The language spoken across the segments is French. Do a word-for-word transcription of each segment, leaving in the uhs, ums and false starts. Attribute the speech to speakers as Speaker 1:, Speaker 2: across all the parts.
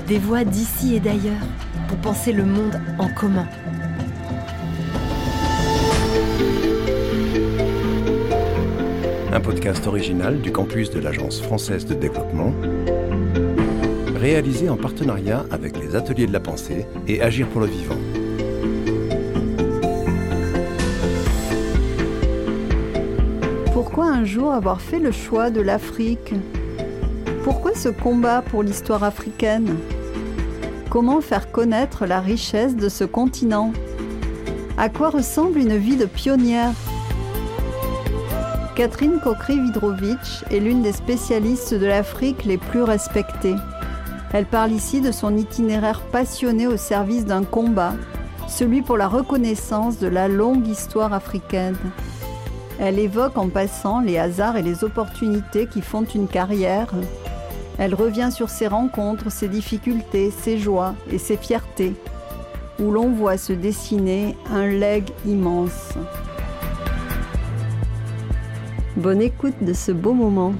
Speaker 1: Des voix d'ici et d'ailleurs pour penser le monde en commun.
Speaker 2: Un podcast original du campus de l'Agence française de développement, réalisé en partenariat avec les Ateliers de la Pensée et Agir pour le Vivant.
Speaker 3: Pourquoi un jour avoir fait le choix de l'Afrique ? Pourquoi ce combat pour l'histoire africaine ? Comment faire connaître la richesse de ce continent ? À quoi ressemble une vie de pionnière ? Catherine Kokry-Vidrovitch est l'une des spécialistes de l'Afrique les plus respectées. Elle parle ici de son itinéraire passionné au service d'un combat, celui pour la reconnaissance de la longue histoire africaine. Elle évoque en passant les hasards et les opportunités qui font une carrière. Elle revient sur ses rencontres, ses difficultés, ses joies et ses fiertés, où l'on voit se dessiner un legs immense. Bonne écoute de ce beau moment.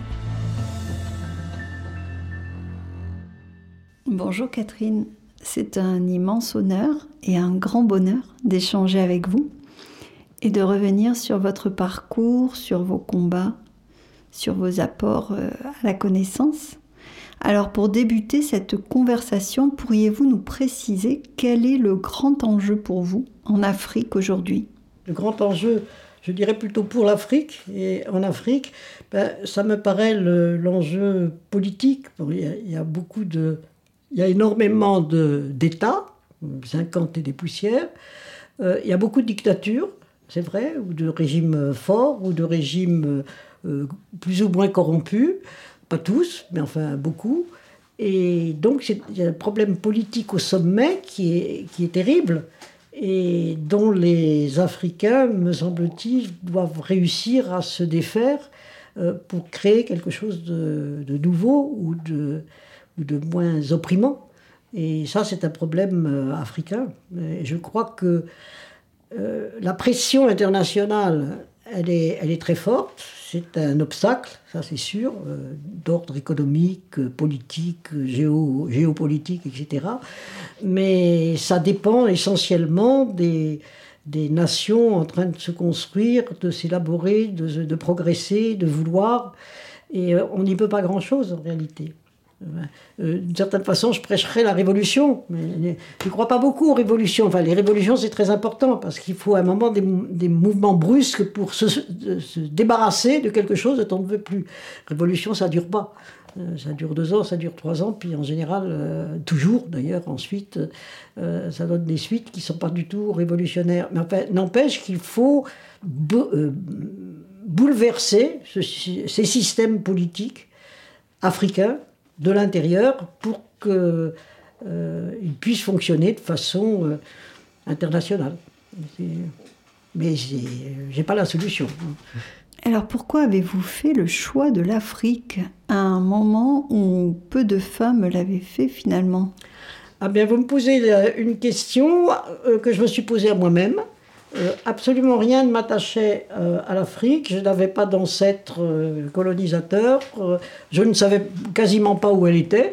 Speaker 3: Bonjour Catherine, c'est un immense honneur et un grand bonheur d'échanger avec vous et de revenir sur votre parcours, sur vos combats, sur vos apports à la connaissance. Alors pour débuter cette conversation, pourriez-vous nous préciser quel est le grand enjeu pour vous en Afrique aujourd'hui ?
Speaker 4: Le grand enjeu, je dirais plutôt pour l'Afrique, et en Afrique, ben, ça me paraît le, l'enjeu politique. Bon, il, y a, il y a beaucoup de, il y a énormément de, d'États, cinquante et des poussières. Euh, il y a beaucoup de dictatures, c'est vrai, ou de régimes forts, ou de régimes euh, plus ou moins corrompus. Pas tous, mais enfin beaucoup. Et donc, c'est, il y a un problème politique au sommet qui est, qui est terrible et dont les Africains, me semble-t-il, doivent réussir à se défaire euh, pour créer quelque chose de, de nouveau ou de, ou de moins opprimant. Et ça, c'est un problème euh, africain. Et je crois que euh, la pression internationale, elle est, elle est très forte. C'est un obstacle, ça c'est sûr, euh, d'ordre économique, politique, géo, géopolitique, et cetera. Mais ça dépend essentiellement des, des nations en train de se construire, de s'élaborer, de, de progresser, de vouloir. Et euh, on n'y peut pas grand-chose en réalité. Euh, d'une certaine façon, je prêcherais la révolution, mais je ne crois pas beaucoup aux révolutions. Enfin, les révolutions, c'est très important, parce qu'il faut à un moment des, des mouvements brusques pour se, se débarrasser de quelque chose dont on ne veut plus. Révolution, ça ne dure pas. Euh, ça dure deux ans, ça dure trois ans, puis en général, euh, toujours d'ailleurs, ensuite, euh, ça donne des suites qui ne sont pas du tout révolutionnaires. Mais enfin, n'empêche qu'il faut bo- euh, bouleverser ce, ces systèmes politiques africains de l'intérieur pour qu'ils euh, puissent fonctionner de façon euh, internationale. C'est... Mais je n'ai pas la solution.
Speaker 3: Alors pourquoi avez-vous fait le choix de l'Afrique à un moment où peu de femmes l'avaient fait finalement ?
Speaker 4: Ah bien, vous me posez une question euh, que je me suis posée à moi-même. Euh, absolument rien ne m'attachait euh, à l'Afrique. Je n'avais pas d'ancêtres euh, colonisateurs. Euh, je ne savais quasiment pas où elle était.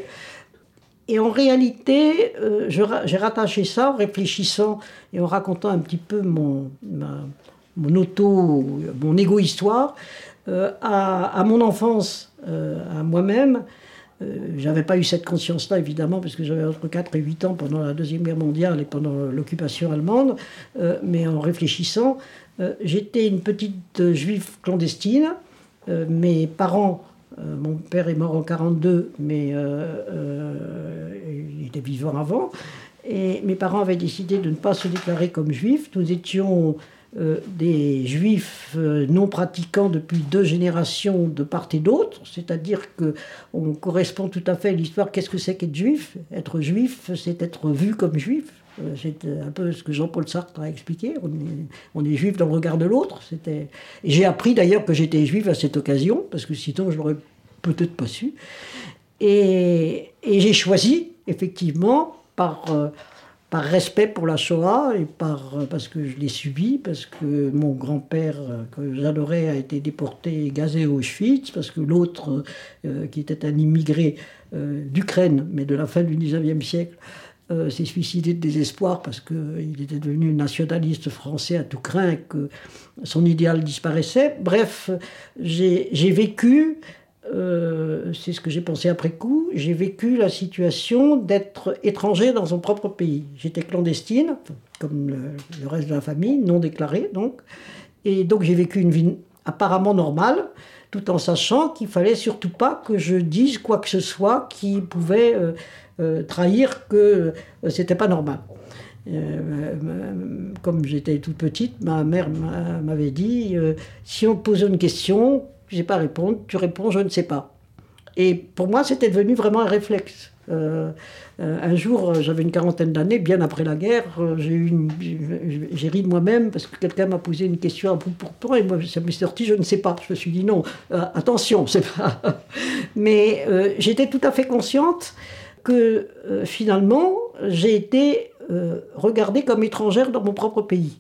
Speaker 4: Et en réalité, euh, je, j'ai rattaché ça en réfléchissant et en racontant un petit peu mon, ma, mon auto, mon égo-histoire euh, à, à mon enfance, euh, à moi-même. Euh, j'avais pas eu cette conscience-là, évidemment, parce que j'avais entre quatre et huit ans pendant la Deuxième Guerre mondiale et pendant l'occupation allemande. Euh, mais en réfléchissant, euh, j'étais une petite euh, juive clandestine. Euh, mes parents, euh, mon père est mort en quarante-deux, mais euh, euh, il était vivant avant. Et mes parents avaient décidé de ne pas se déclarer comme juifs. Nous étions Euh, des juifs euh, non pratiquants depuis deux générations de part et d'autre, c'est-à-dire qu'on correspond tout à fait à l'histoire. Qu'est-ce que c'est qu'être juif ? Être juif, c'est être vu comme juif. Euh, c'est un peu ce que Jean-Paul Sartre a expliqué. On est, on est juif dans le regard de l'autre. C'était... Et j'ai appris d'ailleurs que j'étais juif à cette occasion, parce que sinon je l'aurais peut-être pas su. Et, et j'ai choisi, effectivement, par... Euh, par respect pour la Shoah et par, parce que je l'ai subi, parce que mon grand-père, que j'adorais, a été déporté et gazé à Auschwitz, parce que l'autre, euh, qui était un immigré euh, d'Ukraine, mais de la fin du dix-neuvième siècle, euh, s'est suicidé de désespoir parce qu'il était devenu nationaliste français à tout crin et que son idéal disparaissait. Bref, j'ai, j'ai vécu... Euh, c'est ce que j'ai pensé après coup, j'ai vécu la situation d'être étranger dans son propre pays. J'étais clandestine, comme le, le reste de la famille, non déclarée donc. Et donc j'ai vécu une vie apparemment normale, tout en sachant qu'il fallait surtout pas que je dise quoi que ce soit qui pouvait euh, euh, trahir que euh, c'était pas normal. Euh, comme j'étais toute petite, ma mère m'avait dit euh, si on te pose une question, je n'ai pas à répondre, tu réponds, je ne sais pas. Et pour moi, c'était devenu vraiment un réflexe. Euh, euh, un jour, j'avais une quarantaine d'années, bien après la guerre, j'ai, eu une, j'ai ri de moi-même parce que quelqu'un m'a posé une question à bout portant et moi, ça m'est sorti, je ne sais pas. Je me suis dit non, euh, attention, c'est pas. Mais euh, j'étais tout à fait consciente que euh, finalement, j'ai été euh, regardée comme étrangère dans mon propre pays.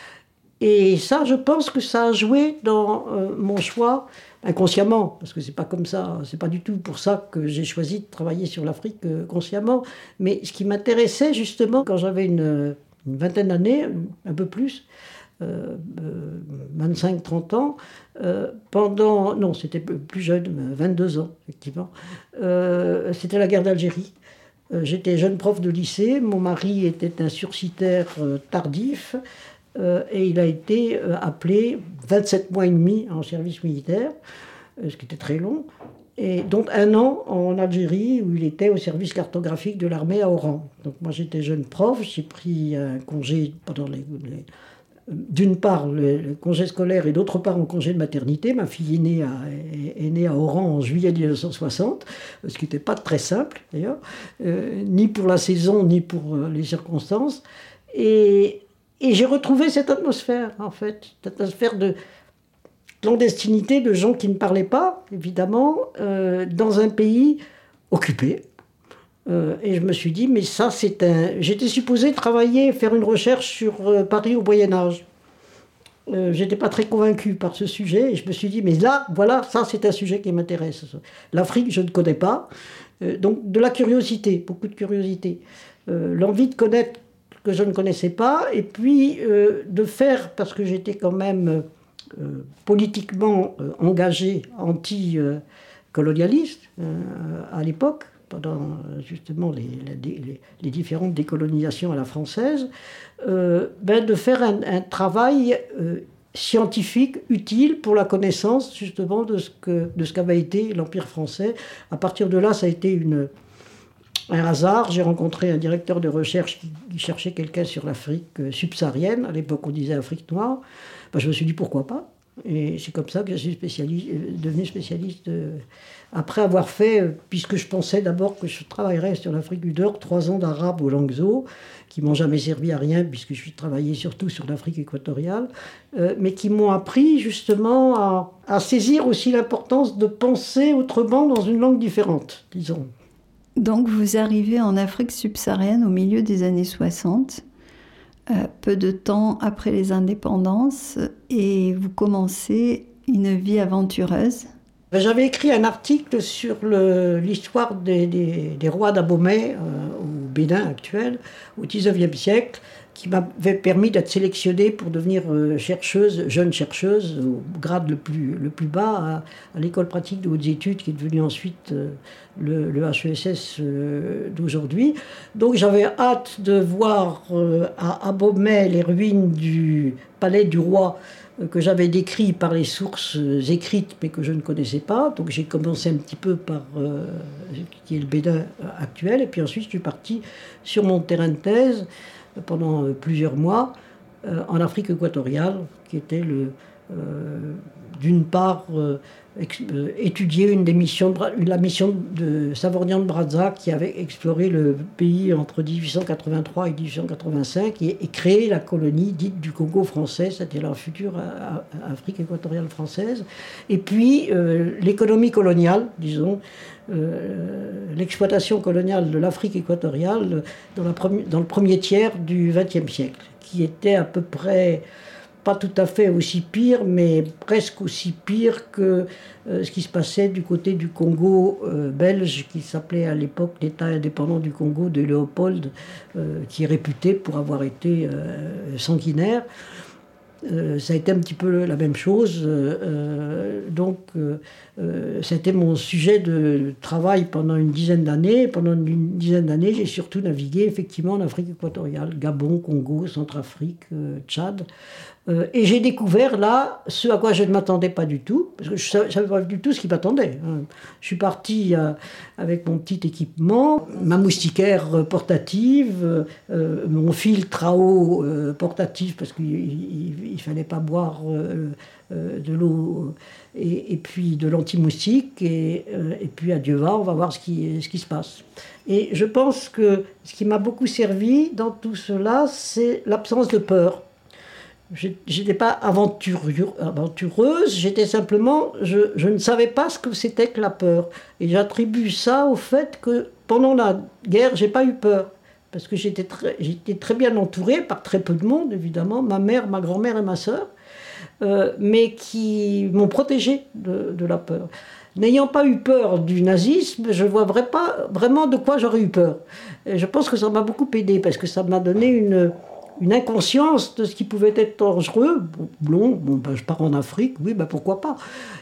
Speaker 4: Et ça, je pense que ça a joué dans euh, mon choix, inconsciemment, parce que c'est pas comme ça, c'est pas du tout pour ça que j'ai choisi de travailler sur l'Afrique euh, consciemment. Mais ce qui m'intéressait justement, quand j'avais une, une vingtaine d'années, un peu plus, euh, euh, vingt-cinq trente ans, euh, pendant, non, c'était plus jeune, vingt-deux ans, effectivement, euh, c'était la guerre d'Algérie. Euh, j'étais jeune prof de lycée, mon mari était un sursitaire euh, tardif, Euh, et il a été euh, appelé vingt-sept mois et demi en service militaire, euh, ce qui était très long, et dont un an en Algérie où il était au service cartographique de l'armée à Oran. Donc moi j'étais jeune prof, j'ai pris un congé pendant les, les euh, d'une part le, le congé scolaire et d'autre part un congé de maternité. Ma fille est née à, est, est née à Oran en juillet mille neuf cent soixante, ce qui n'était pas très simple d'ailleurs, euh, ni pour la saison ni pour euh, les circonstances. Et Et j'ai retrouvé cette atmosphère, en fait, cette atmosphère de clandestinité, de gens qui ne parlaient pas, évidemment, euh, dans un pays occupé. Euh, et je me suis dit, mais ça, c'est un... J'étais supposée travailler, faire une recherche sur euh, Paris au Moyen-Âge. Euh, j'étais pas très convaincue par ce sujet, et je me suis dit, mais là, voilà, ça, c'est un sujet qui m'intéresse. L'Afrique, je ne connais pas. Euh, donc, de la curiosité, beaucoup de curiosité. Euh, l'envie de connaître que je ne connaissais pas, et puis euh, de faire, parce que j'étais quand même euh, politiquement euh, engagé, anti-colonialiste euh, à l'époque, pendant justement les, les, les différentes décolonisations à la française, euh, ben de faire un, un travail euh, scientifique utile pour la connaissance justement de ce, que, de ce qu'avait été l'Empire français. À partir de là, ça a été une... un hasard, j'ai rencontré un directeur de recherche qui, qui cherchait quelqu'un sur l'Afrique subsaharienne. À l'époque, on disait Afrique noire. Ben, je me suis dit pourquoi pas. Et c'est comme ça que je suis spécialiste, devenu spécialiste. De, après avoir fait, puisque je pensais d'abord que je travaillerais sur l'Afrique du Nord, trois ans d'arabe au Langso, qui m'ont jamais servi à rien, puisque je suis travaillé surtout sur l'Afrique équatoriale, euh, mais qui m'ont appris justement à, à saisir aussi l'importance de penser autrement dans une langue différente, disons.
Speaker 3: Donc vous arrivez en Afrique subsaharienne au milieu des années soixante, euh, peu de temps après les indépendances, et vous commencez une vie aventureuse.
Speaker 4: J'avais écrit un article sur le, l'histoire des, des, des rois d'Abomey euh, au Bénin actuel, au dix-neuvième siècle, qui m'avait permis d'être sélectionnée pour devenir euh, chercheuse, jeune chercheuse, au grade le plus, le plus bas, à, à l'école pratique de hautes études, qui est devenue ensuite euh, le, le H E S S euh, d'aujourd'hui. Donc j'avais hâte de voir euh, à Abomey les ruines du palais du roi, euh, que j'avais décrit par les sources euh, écrites, mais que je ne connaissais pas. Donc j'ai commencé un petit peu par euh, qui est le Bénin actuel, et puis ensuite je suis parti sur mon terrain de thèse, pendant plusieurs mois, euh, en Afrique équatoriale, qui était le, euh, d'une part euh, ex, euh, étudier une des missions de, la mission de Savorgnan de Brazza, qui avait exploré le pays entre dix-huit cent quatre-vingt-trois et dix-huit cent quatre-vingt-cinq, et, et créé la colonie dite du Congo français, c'était la future Afrique équatoriale française. Et puis euh, l'économie coloniale, disons, euh, l'exploitation coloniale de l'Afrique équatoriale dans, la premi- dans le premier tiers du vingtième siècle, qui était à peu près, pas tout à fait aussi pire, mais presque aussi pire que euh, ce qui se passait du côté du Congo euh, belge, qui s'appelait à l'époque l'État indépendant du Congo de Léopold, euh, qui est réputé pour avoir été euh, sanguinaire. Euh, ça a été un petit peu la même chose. Euh, donc, euh, euh, c'était mon sujet de travail pendant une dizaine d'années. Pendant une dizaine d'années, j'ai surtout navigué effectivement en Afrique équatoriale, Gabon, Congo, Centrafrique, euh, Tchad. Euh, et j'ai découvert là ce à quoi je ne m'attendais pas du tout, parce que je ne savais pas du tout ce qui m'attendait. Hein. Je suis parti euh, avec mon petit équipement, ma moustiquaire portative, euh, mon filtre à eau euh, portatif, parce qu'il ne fallait pas boire euh, euh, de l'eau, et, et puis de l'anti-moustique, et, euh, et puis adieu va, on va voir ce qui, ce qui se passe. Et je pense que ce qui m'a beaucoup servi dans tout cela, c'est l'absence de peur. Je n'étais pas aventureuse, j'étais simplement, je, je ne savais pas ce que c'était que la peur. Et j'attribue ça au fait que pendant la guerre, j'ai pas eu peur. Parce que j'étais très, j'étais très bien entourée par très peu de monde, évidemment, ma mère, ma grand-mère et ma sœur, euh, mais qui m'ont protégée de, de la peur. N'ayant pas eu peur du nazisme, je ne vois vrai pas, vraiment de quoi j'aurais eu peur. Et je pense que ça m'a beaucoup aidé, parce que ça m'a donné une... une inconscience de ce qui pouvait être dangereux. Bon, bon, bon ben, je pars en Afrique, oui, ben, pourquoi pas.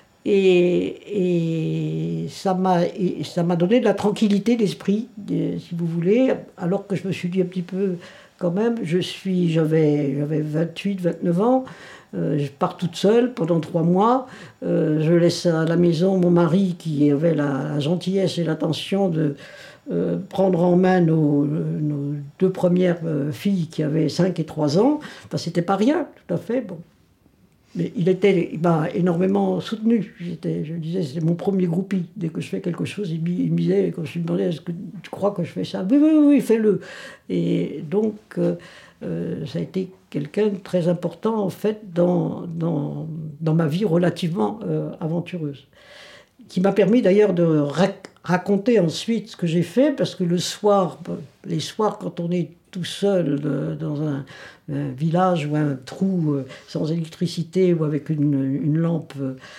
Speaker 4: Et, et, ça m'a, et ça m'a donné de la tranquillité d'esprit, si vous voulez, alors que je me suis dit un petit peu, quand même, je suis, j'avais, j'avais vingt-huit, vingt-neuf ans, euh, je pars toute seule pendant trois mois, euh, je laisse à la maison mon mari qui avait la, la gentillesse et l'attention de Euh, prendre en main nos, nos deux premières euh, filles qui avaient cinq et trois ans, enfin, c'était pas rien, tout à fait. Bon. Mais il, était, il m'a énormément soutenu. J'étais, je disais, c'est mon premier groupie. Dès que je fais quelque chose, il, il me disait, quand je lui demandais, est-ce que tu crois que je fais ça ? Oui, oui, oui, fais-le. Et donc, euh, euh, ça a été quelqu'un de très important, en fait, dans, dans, dans ma vie relativement euh, aventureuse. Qui m'a permis d'ailleurs de rac- raconter ensuite ce que j'ai fait, parce que le soir, les soirs, quand on est tout seul de, dans un, un village ou un trou euh, sans électricité ou avec une, une lampe,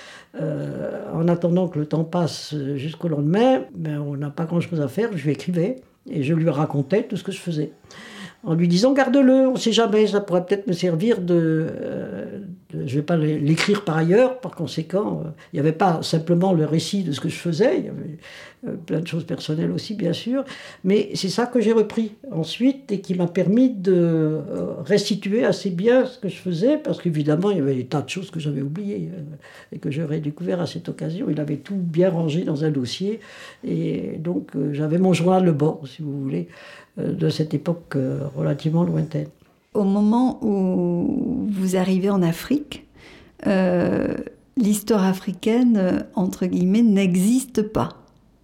Speaker 4: euh, en attendant que le temps passe jusqu'au lendemain, ben, on n'a pas grand-chose à faire. Je lui écrivais et je lui racontais tout ce que je faisais. En lui disant, garde-le, on ne sait jamais, ça pourrait peut-être me servir de... Euh, de je ne vais pas l'écrire par ailleurs, par conséquent, il euh, n'y avait pas simplement le récit de ce que je faisais, il y avait euh, plein de choses personnelles aussi, bien sûr, mais c'est ça que j'ai repris ensuite et qui m'a permis de euh, restituer assez bien ce que je faisais, parce qu'évidemment, il y avait des tas de choses que j'avais oubliées euh, et que j'aurais découvert à cette occasion. Il avait tout bien rangé dans un dossier, et donc euh, j'avais mon journal de bord, si vous voulez, de cette époque relativement lointaine.
Speaker 3: Au moment où vous arrivez en Afrique, euh, l'histoire africaine, entre guillemets, n'existe pas.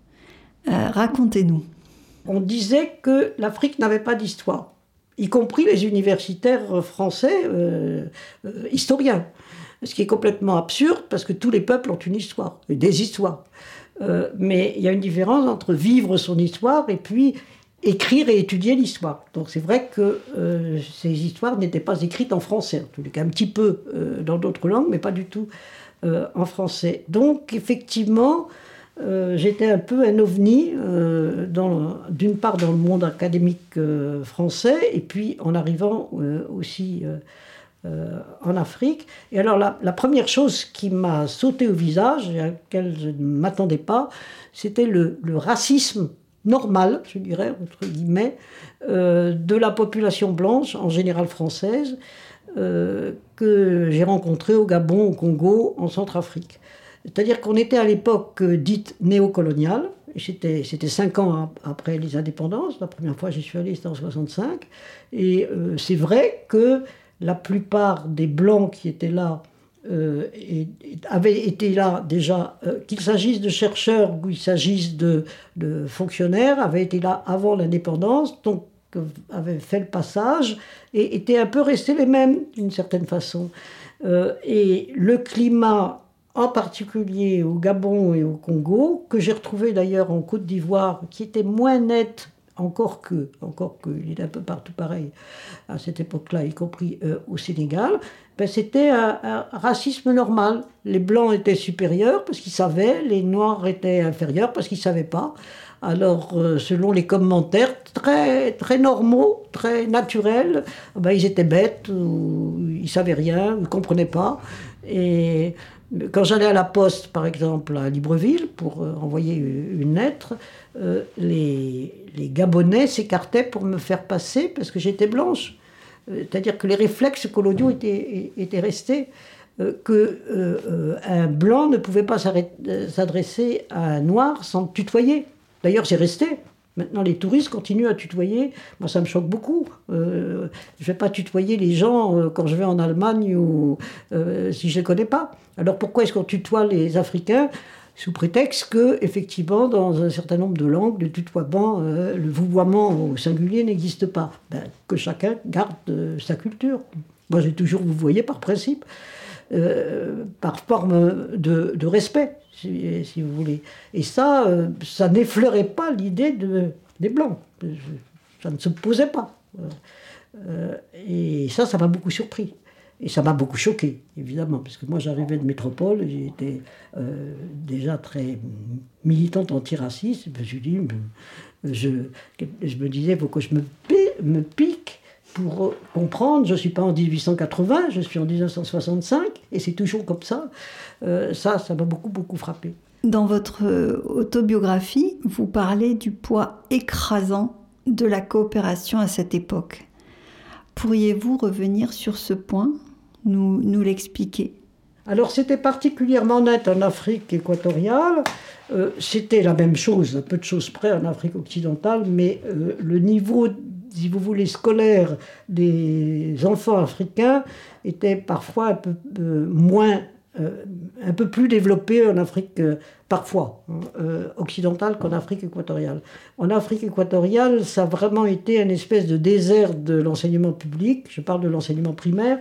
Speaker 3: Euh, racontez-nous.
Speaker 4: On disait que l'Afrique n'avait pas d'histoire, y compris les universitaires français euh, euh, historiens. Ce qui est complètement absurde, parce que tous les peuples ont une histoire, des histoires. Euh, mais il y a une différence entre vivre son histoire et puis écrire et étudier l'histoire. Donc c'est vrai que euh, ces histoires n'étaient pas écrites en français, en tout cas un petit peu euh, dans d'autres langues, mais pas du tout euh, en français. Donc effectivement, euh, j'étais un peu un ovni, euh, dans, d'une part dans le monde académique euh, français, et puis en arrivant euh, aussi euh, euh, en Afrique. Et alors la, la première chose qui m'a sauté au visage, et à laquelle je ne m'attendais pas, c'était le, le racisme normal, je dirais, entre guillemets, euh, de la population blanche, en général française, euh, que j'ai rencontrée au Gabon, au Congo, en Centrafrique. C'est-à-dire qu'on était à l'époque dite néocoloniale, c'était, c'était cinq ans après les indépendances, la première fois que j'y suis allé, c'était en soixante-cinq, et euh, c'est vrai que la plupart des Blancs qui étaient là, Euh, et, et avaient été là déjà, euh, qu'il s'agisse de chercheurs ou qu'il s'agisse de, de fonctionnaires, avaient été là avant l'indépendance, donc euh, avaient fait le passage et étaient un peu restés les mêmes d'une certaine façon. Euh, et le climat en particulier au Gabon et au Congo, que j'ai retrouvé d'ailleurs en Côte d'Ivoire, qui était moins net, encore que, encore que, il est un peu partout pareil à cette époque-là, y compris euh, au Sénégal, ben c'était un, un racisme normal. Les Blancs étaient supérieurs parce qu'ils savaient, les Noirs étaient inférieurs parce qu'ils ne savaient pas. Alors, euh, selon les commentaires très, très normaux, très naturels, ben, ils étaient bêtes, ou ils ne savaient rien, ils ne comprenaient pas. Et quand j'allais à la poste, par exemple, à Libreville, pour euh, envoyer une lettre, euh, les, les Gabonais s'écartaient pour me faire passer parce que j'étais blanche. Euh, c'est-à-dire que les réflexes coloniaux étaient, étaient restés. Euh, qu'un euh, blanc ne pouvait pas s'adresser à un noir sans le tutoyer. D'ailleurs, c'est resté. Maintenant, les touristes continuent à tutoyer. Moi, ça me choque beaucoup. Euh, je ne vais pas tutoyer les gens euh, quand je vais en Allemagne ou euh, si je ne les connais pas. Alors, pourquoi est-ce qu'on tutoie les Africains sous prétexte que, effectivement, dans un certain nombre de langues, le tutoiement, euh, le vouvoiement au singulier n'existe pas. Ben, que chacun garde euh, sa culture. Moi, j'ai toujours vouvoyé par principe. Euh, par forme de, de respect, si, si vous voulez. Et ça, euh, ça n'effleurait pas l'idée de, des Blancs. Ça ne se posait pas. Euh, et ça, ça m'a beaucoup surpris. Et ça m'a beaucoup choqué, évidemment, parce que moi, j'arrivais de métropole, j'étais euh, déjà très militante antiraciste. Je me suis dit, je, je me disais, il faut que je me, me pique pour comprendre. Je ne suis pas en dix-huit cent quatre-vingts, je suis en dix-neuf cent soixante-cinq, et c'est toujours comme ça. Euh, ça, ça m'a beaucoup, beaucoup frappé.
Speaker 3: Dans votre autobiographie, vous parlez du poids écrasant de la coopération à cette époque. Pourriez-vous revenir sur ce point, nous, nous l'expliquer ?
Speaker 4: Alors, c'était particulièrement net en Afrique équatoriale. Euh, c'était la même chose, à peu de choses près en Afrique occidentale, mais euh, le niveau, si vous voulez, scolaire des enfants africains était parfois un peu euh, moins, euh, un peu plus développé en Afrique, euh, parfois, euh, occidentale qu'en Afrique équatoriale. En Afrique équatoriale, ça a vraiment été une espèce de désert de l'enseignement public. Je parle de l'enseignement primaire.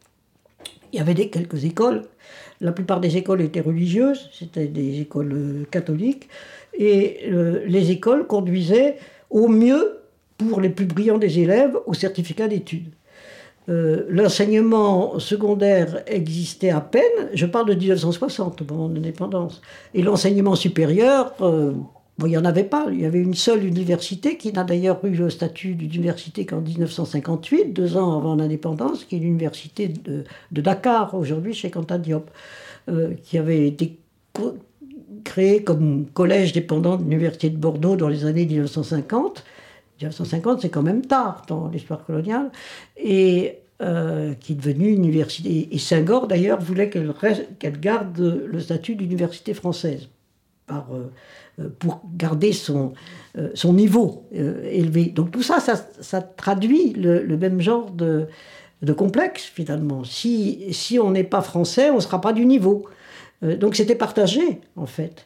Speaker 4: Il y avait des, quelques écoles. La plupart des écoles étaient religieuses, c'était des écoles euh, catholiques. Et euh, les écoles conduisaient au mieux, pour les plus brillants des élèves, au certificat d'études. Euh, l'enseignement secondaire existait à peine, je parle de dix-neuf cent soixante, au moment de l'indépendance. Et l'enseignement supérieur, euh, bon, il n'y en avait pas. Il y avait une seule université qui n'a d'ailleurs eu le statut d'université qu'en dix-neuf cent cinquante-huit, deux ans avant l'indépendance, qui est l'université de, de Dakar, aujourd'hui, chez Anta Diop, euh, qui avait été co- créée comme collège dépendant de l'université de Bordeaux dans les années dix-neuf cent cinquante. dix-neuf cent cinquante, c'est quand même tard dans l'histoire coloniale, et euh, qui est devenue une université. Et Senghor, d'ailleurs, voulait qu'elle, reste, qu'elle garde le statut d'université française, par, euh, pour garder son, euh, son niveau euh, élevé. Donc tout ça, ça, ça traduit le, le même genre de, de complexe, finalement. Si, si on n'est pas français, on ne sera pas du niveau. Euh, donc c'était partagé, en fait.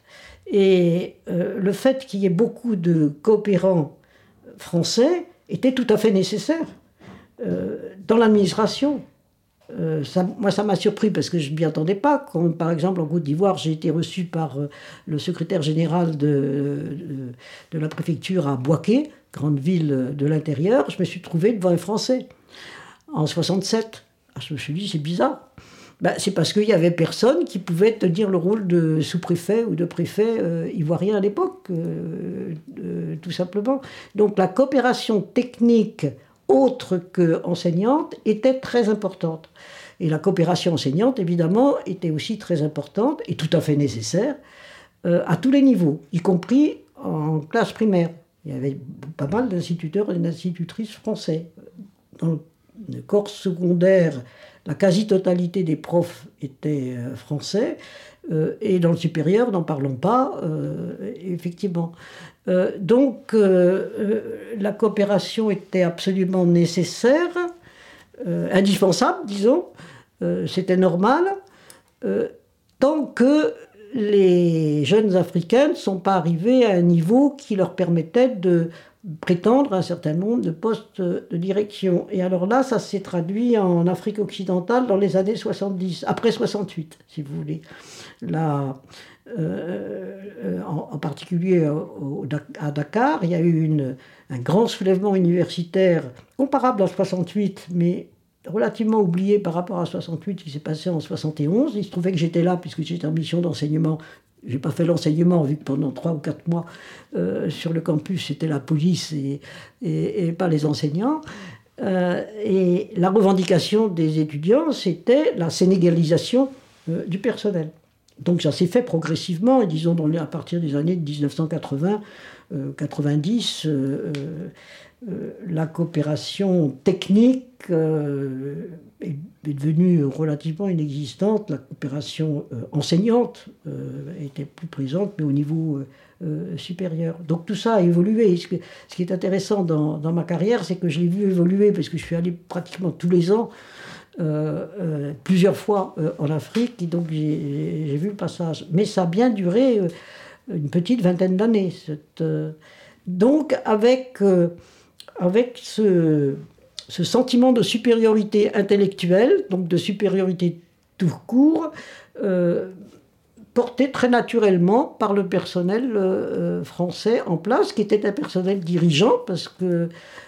Speaker 4: Et euh, le fait qu'il y ait beaucoup de coopérants français était tout à fait nécessaire euh, dans l'administration. Euh, ça, moi, ça m'a surpris parce que je ne m'y attendais pas. Quand, par exemple, en Côte d'Ivoire, j'ai été reçu par euh, le secrétaire général de, de, de la préfecture à Bouaké, grande ville de l'intérieur. Je me suis trouvé devant un Français en soixante-sept. Alors, je me suis dit, c'est bizarre. Ben, c'est parce qu'il n'y avait personne qui pouvait tenir le rôle de sous-préfet ou de préfet euh, ivoirien à l'époque, euh, euh, tout simplement. Donc la coopération technique autre qu'enseignante était très importante. Et la coopération enseignante, évidemment, était aussi très importante et tout à fait nécessaire euh, à tous les niveaux, y compris en classe primaire. Il y avait pas mal d'instituteurs et d'institutrices français. Dans le corps secondaire, la quasi-totalité des profs étaient euh, français, euh, et dans le supérieur, n'en parlons pas, euh, effectivement. Euh, donc, euh, euh, la coopération était absolument nécessaire, euh, indispensable, disons, euh, c'était normal, euh, tant que les jeunes Africains ne sont pas arrivés à un niveau qui leur permettait de prétendre un certain nombre de postes de direction. Et alors là, ça s'est traduit en Afrique occidentale dans les années soixante-dix, après soixante-huit, si vous voulez. Là, euh, en, en particulier au, à Dakar, il y a eu une, un grand soulèvement universitaire comparable à soixante-huit, mais relativement oublié par rapport à soixante-huit qui s'est passé en soixante et onze. Il se trouvait que j'étais là puisque j'étais en mission d'enseignement. Je n'ai pas fait l'enseignement, vu que pendant trois ou quatre mois, euh, sur le campus, c'était la police et, et, et pas les enseignants. Euh, et la revendication des étudiants, c'était la sénégalisation euh, du personnel. Donc ça s'est fait progressivement, et disons dans les, à partir des années dix-neuf cent quatre-vingts, euh, quatre-vingt-dix, euh, euh, la coopération technique euh, est, est devenue relativement inexistante. La coopération euh, enseignante euh, était plus présente, mais au niveau euh, supérieur. Donc tout ça a évolué. Ce, que, ce qui est intéressant dans, dans ma carrière, c'est que je l'ai vu évoluer, parce que je suis allé pratiquement tous les ans, euh, euh, plusieurs fois euh, en Afrique, et donc j'ai, j'ai vu le passage. Mais ça a bien duré euh, une petite vingtaine d'années. Cette, euh, donc avec... Euh, avec ce, ce sentiment de supériorité intellectuelle, donc de supériorité tout court, euh, porté très naturellement par le personnel euh, français en place, qui était un personnel dirigeant, parce que,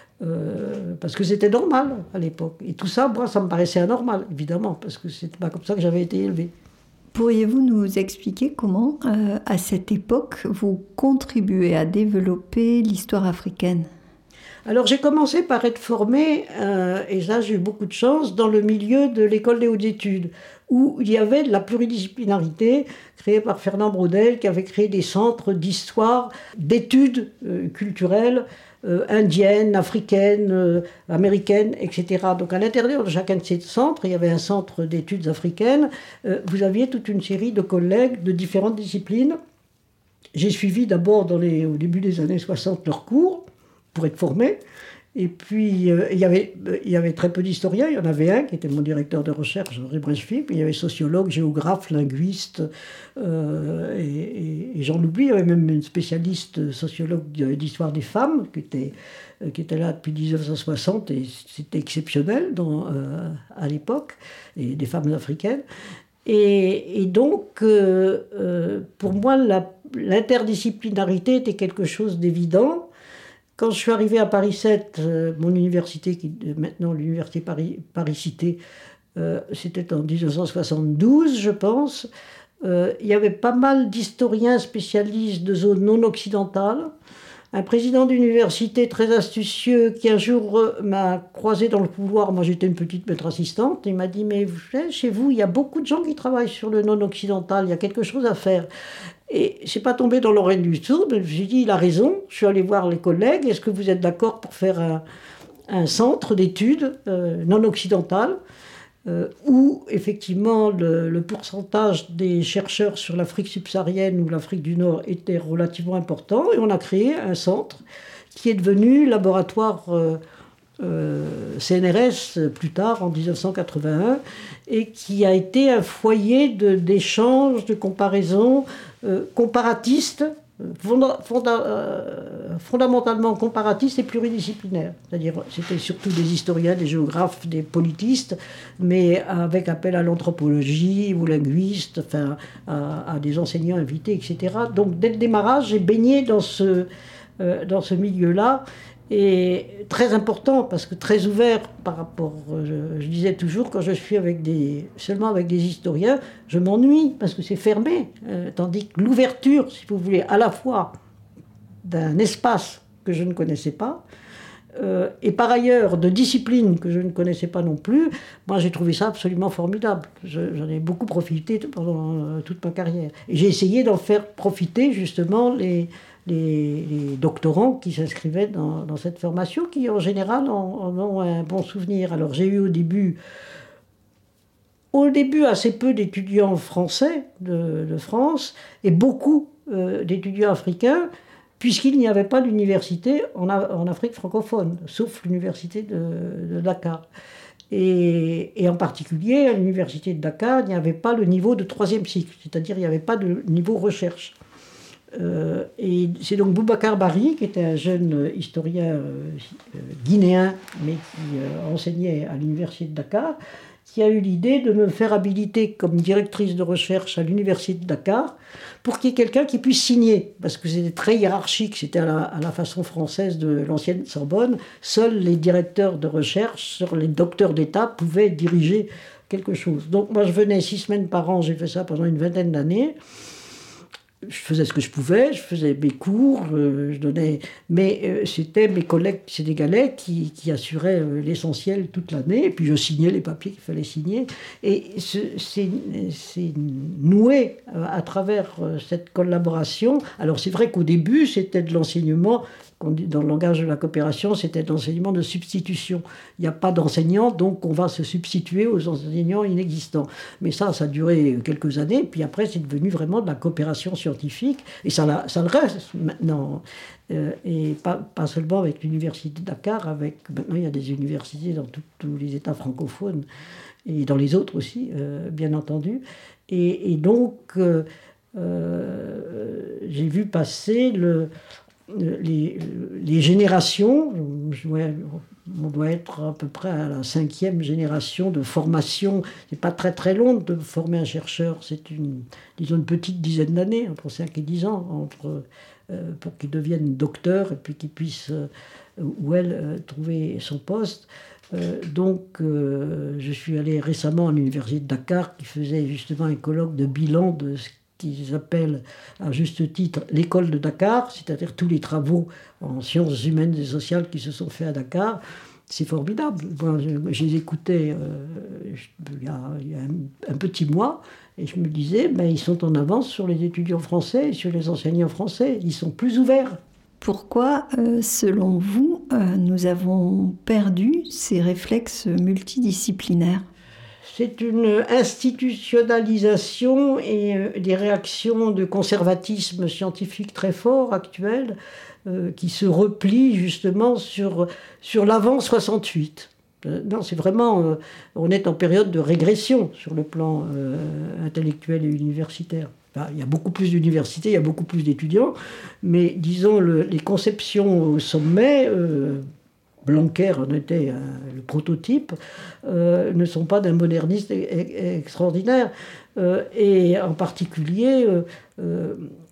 Speaker 4: euh, parce que c'était normal à l'époque. Et tout ça, moi, ça me paraissait anormal, évidemment, parce que c'était pas comme ça que j'avais été élevé.
Speaker 3: Pourriez-vous nous expliquer comment, euh, à cette époque, vous contribuez à développer l'histoire africaine ?
Speaker 4: Alors j'ai commencé par être formée, euh, et là j'ai eu beaucoup de chance, dans le milieu de l'école des hautes études, où il y avait de la pluridisciplinarité créée par Fernand Braudel, qui avait créé des centres d'histoire, d'études euh, culturelles euh, indiennes, africaines, euh, américaines, et cetera. Donc à l'intérieur de chacun de ces centres, il y avait un centre d'études africaines, euh, vous aviez toute une série de collègues de différentes disciplines. J'ai suivi d'abord dans les, au début des années soixante leurs cours, pour être formé. Et puis, euh, il, y avait, euh, il y avait très peu d'historiens. Il y en avait un qui était mon directeur de recherche, Henri Brecheville. Puis il y avait sociologue, géographe, linguiste, euh, et, et, et j'en oublie. Il y avait même une spécialiste sociologue d'histoire des femmes qui était, euh, qui était là depuis dix-neuf cent soixante, et c'était exceptionnel dans, euh, à l'époque, et des femmes africaines. Et, et donc, euh, euh, pour moi, la, l'interdisciplinarité était quelque chose d'évident. Quand je suis arrivé à Paris sept, euh, mon université, qui est maintenant l'université Paris, Paris-Cité, euh, c'était en dix-neuf cent soixante-douze, je pense, euh, il y avait pas mal d'historiens spécialistes de zones non occidentales. Un président d'université très astucieux qui un jour euh, m'a croisé dans le couloir, moi j'étais une petite maître assistante, et il m'a dit « Mais vous savez, chez vous, il y a beaucoup de gens qui travaillent sur le non occidental, il y a quelque chose à faire ». Et je n'ai pas tombé dans l'oreille du sourd, mais j'ai dit, il a raison. Je suis allé voir les collègues. Est-ce que vous êtes d'accord pour faire un, un centre d'études euh, non occidental euh, où, effectivement, le, le pourcentage des chercheurs sur l'Afrique subsaharienne ou l'Afrique du Nord était relativement important. Et on a créé un centre qui est devenu laboratoire euh, euh, C N R S plus tard, en dix-neuf cent quatre-vingt-un, et qui a été un foyer de, d'échanges, de comparaisons, Euh, comparatiste, fonda, fonda, euh, fondamentalement comparatiste et pluridisciplinaire. C'est-à-dire, c'était surtout des historiens, des géographes, des politistes, mais avec appel à l'anthropologie, aux linguistes, enfin, à, à des enseignants invités, et cetera. Donc, dès le démarrage, j'ai baigné dans ce, euh, dans ce milieu-là, et très important, parce que très ouvert par rapport, je, je disais toujours, quand je suis avec des, seulement avec des historiens, je m'ennuie, parce que c'est fermé, euh, tandis que l'ouverture, si vous voulez, à la fois d'un espace que je ne connaissais pas, euh, et par ailleurs de disciplines que je ne connaissais pas non plus, moi j'ai trouvé ça absolument formidable. Je, j'en ai beaucoup profité pendant euh, toute ma carrière. Et j'ai essayé d'en faire profiter justement les... Les, les doctorants qui s'inscrivaient dans, dans cette formation, qui en général en, en ont un bon souvenir. Alors j'ai eu au début, au début assez peu d'étudiants français de, de France, et beaucoup euh, d'étudiants africains, puisqu'il n'y avait pas d'université en, en Afrique francophone, sauf l'université de, de Dakar. Et, et en particulier, à l'université de Dakar, il n'y avait pas le niveau de troisième cycle, c'est-à-dire il n'y avait pas de niveau recherche. Euh, et c'est donc Boubacar Bari, qui était un jeune historien euh, guinéen, mais qui euh, enseignait à l'université de Dakar, qui a eu l'idée de me faire habiliter comme directrice de recherche à l'université de Dakar pour qu'il y ait quelqu'un qui puisse signer, parce que c'était très hiérarchique, c'était à la, à la façon française de l'ancienne Sorbonne. Seuls les directeurs de recherche, les docteurs d'État pouvaient diriger quelque chose. Donc moi je venais six semaines par an, j'ai fait ça pendant une vingtaine d'années. Je faisais ce que je pouvais, je faisais mes cours, euh, je donnais, mais euh, c'était mes collègues sénégalais qui, qui assuraient euh, l'essentiel toute l'année, et puis je signais les papiers qu'il fallait signer. Et ce, c'est, c'est noué euh, à travers euh, cette collaboration. Alors c'est vrai qu'au début, c'était de l'enseignement, qu'on dit dans le langage de la coopération, c'était de l'enseignement de substitution. Il n'y a pas d'enseignants, donc on va se substituer aux enseignants inexistants. Mais ça, ça a duré quelques années, puis après, c'est devenu vraiment de la coopération scientifique, et ça, ça le reste maintenant. Euh, et pas, pas seulement avec l'université de Dakar, avec, maintenant il y a des universités dans tout, tous les États francophones, et dans les autres aussi, euh, bien entendu. Et, et donc, euh, euh, j'ai vu passer le... Les, les générations, je dois, on doit être à peu près à la cinquième génération de formation. C'est pas très très long de former un chercheur, c'est une, disons une petite dizaine d'années, entre cinq et dix ans, entre, euh, pour qu'il devienne docteur et puis qu'il puisse, euh, ou elle, euh, trouver son poste. Euh, donc, euh, je suis allé récemment à l'université de Dakar qui faisait justement un colloque de bilan de ce qu'ils appellent à juste titre l'école de Dakar, c'est-à-dire tous les travaux en sciences humaines et sociales qui se sont faits à Dakar. C'est formidable. Moi, je, je les écoutais euh, il y a, il y a un, un petit mois et je me disais, ben, ils sont en avance sur les étudiants français et sur les enseignants français. Ils sont plus ouverts.
Speaker 3: Pourquoi, euh, selon vous, euh, nous avons perdu ces réflexes multidisciplinaires ?
Speaker 4: C'est une institutionnalisation et des réactions de conservatisme scientifique très fort actuel euh, qui se replient justement sur, sur l'avant soixante-huit. Euh, non, c'est vraiment... Euh, on est en période de régression sur le plan euh, intellectuel et universitaire. Enfin, il y a beaucoup plus d'universités, il y a beaucoup plus d'étudiants, mais disons le, les conceptions au sommet... Euh, Blanquer en était euh, le prototype, euh, ne sont pas d'un modernisme e- e- extraordinaire. Euh, et en particulier, euh, euh,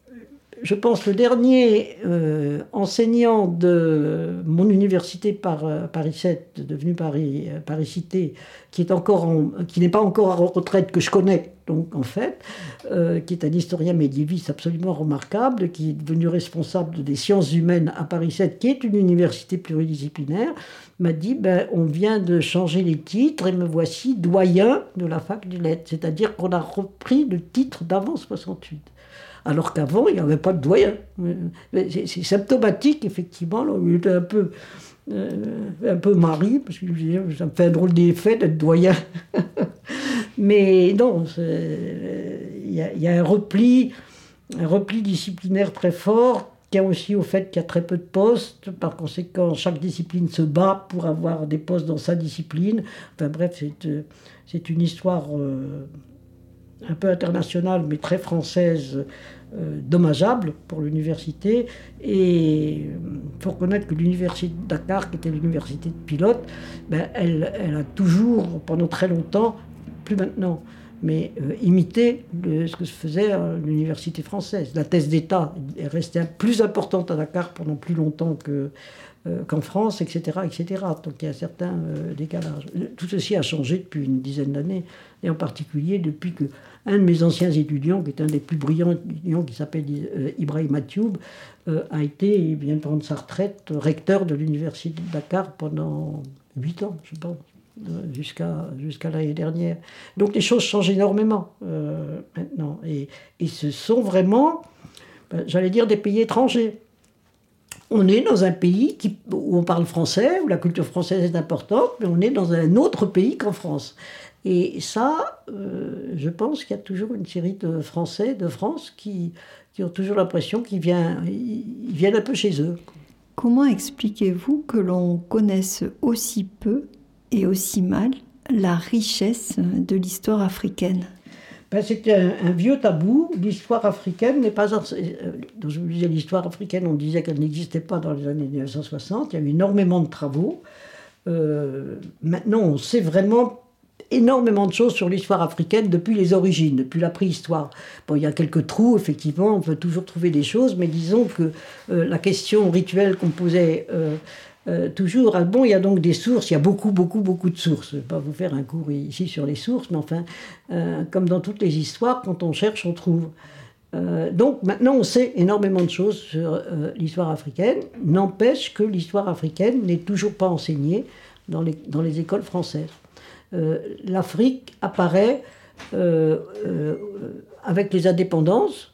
Speaker 4: je pense, le dernier euh, enseignant de mon université par euh, Paris sept, devenu Paris, euh, Paris Cité, qui est encore en, qui n'est pas encore en retraite, que je connais, donc en fait, euh, qui est un historien médiéviste absolument remarquable, qui est devenu responsable des sciences humaines à Paris sept, qui est une université pluridisciplinaire, m'a dit ben, on vient de changer les titres et me voici doyen de la fac des lettres. C'est-à-dire qu'on a repris le titre d'avant soixante-huit. Alors qu'avant, il n'y avait pas de doyen. C'est, c'est symptomatique, effectivement. Là, il était un peu, euh, un peu mari, parce que ça me fait un drôle d'effet d'être doyen. Mais non, il y, y a un repli, un repli disciplinaire très fort, qui est aussi au fait qu'il y a très peu de postes. Par conséquent, chaque discipline se bat pour avoir des postes dans sa discipline. Enfin bref, c'est, c'est une histoire... Euh, un peu internationale, mais très française, euh, dommageable pour l'université. Et il faut reconnaître que l'université de Dakar, qui était l'université de pilote, ben, elle, elle a toujours, pendant très longtemps, plus maintenant, mais euh, imité le, ce que se faisait à l'université française. La thèse d'État est restée plus importante à Dakar pendant plus longtemps que, euh, qu'en France, et cetera, et cetera. Donc il y a un certain euh, décalage. Tout ceci a changé depuis une dizaine d'années, et en particulier depuis que un de mes anciens étudiants, qui est un des plus brillants étudiants, qui s'appelle euh, Ibrahim Matioub, euh, a été, il vient de prendre sa retraite, recteur de l'université de Dakar pendant huit ans, je pense, euh, jusqu'à, jusqu'à l'année dernière. Donc les choses changent énormément euh, maintenant. Et, et ce sont vraiment, ben, j'allais dire, des pays étrangers. On est dans un pays qui, où on parle français, où la culture française est importante, mais on est dans un autre pays qu'en France. Et ça, euh, je pense qu'il y a toujours une série de Français de France qui, qui ont toujours l'impression qu'ils viennent, ils viennent un peu chez eux.
Speaker 3: Comment expliquez-vous que l'on connaisse aussi peu et aussi mal la richesse de l'histoire africaine ?
Speaker 4: Ben, c'était un, un vieux tabou. L'histoire africaine n'est pas... Euh, donc je vous disais, l'histoire africaine, on disait qu'elle n'existait pas dans les années mille neuf cent soixante. Il y a eu énormément de travaux. Euh, maintenant, on sait vraiment énormément de choses sur l'histoire africaine depuis les origines, depuis la préhistoire. Bon, il y a quelques trous, effectivement, on peut toujours trouver des choses, mais disons que euh, la question rituelle qu'on posait... Euh, Euh, toujours, ah bon, il y a donc des sources, il y a beaucoup, beaucoup, beaucoup de sources. Je ne vais pas vous faire un cours ici sur les sources, mais enfin, euh, comme dans toutes les histoires, quand on cherche, on trouve. Euh, donc maintenant, on sait énormément de choses sur euh, l'histoire africaine. N'empêche que l'histoire africaine n'est toujours pas enseignée dans les, dans les écoles françaises. Euh, L'Afrique apparaît euh, euh, avec les indépendances,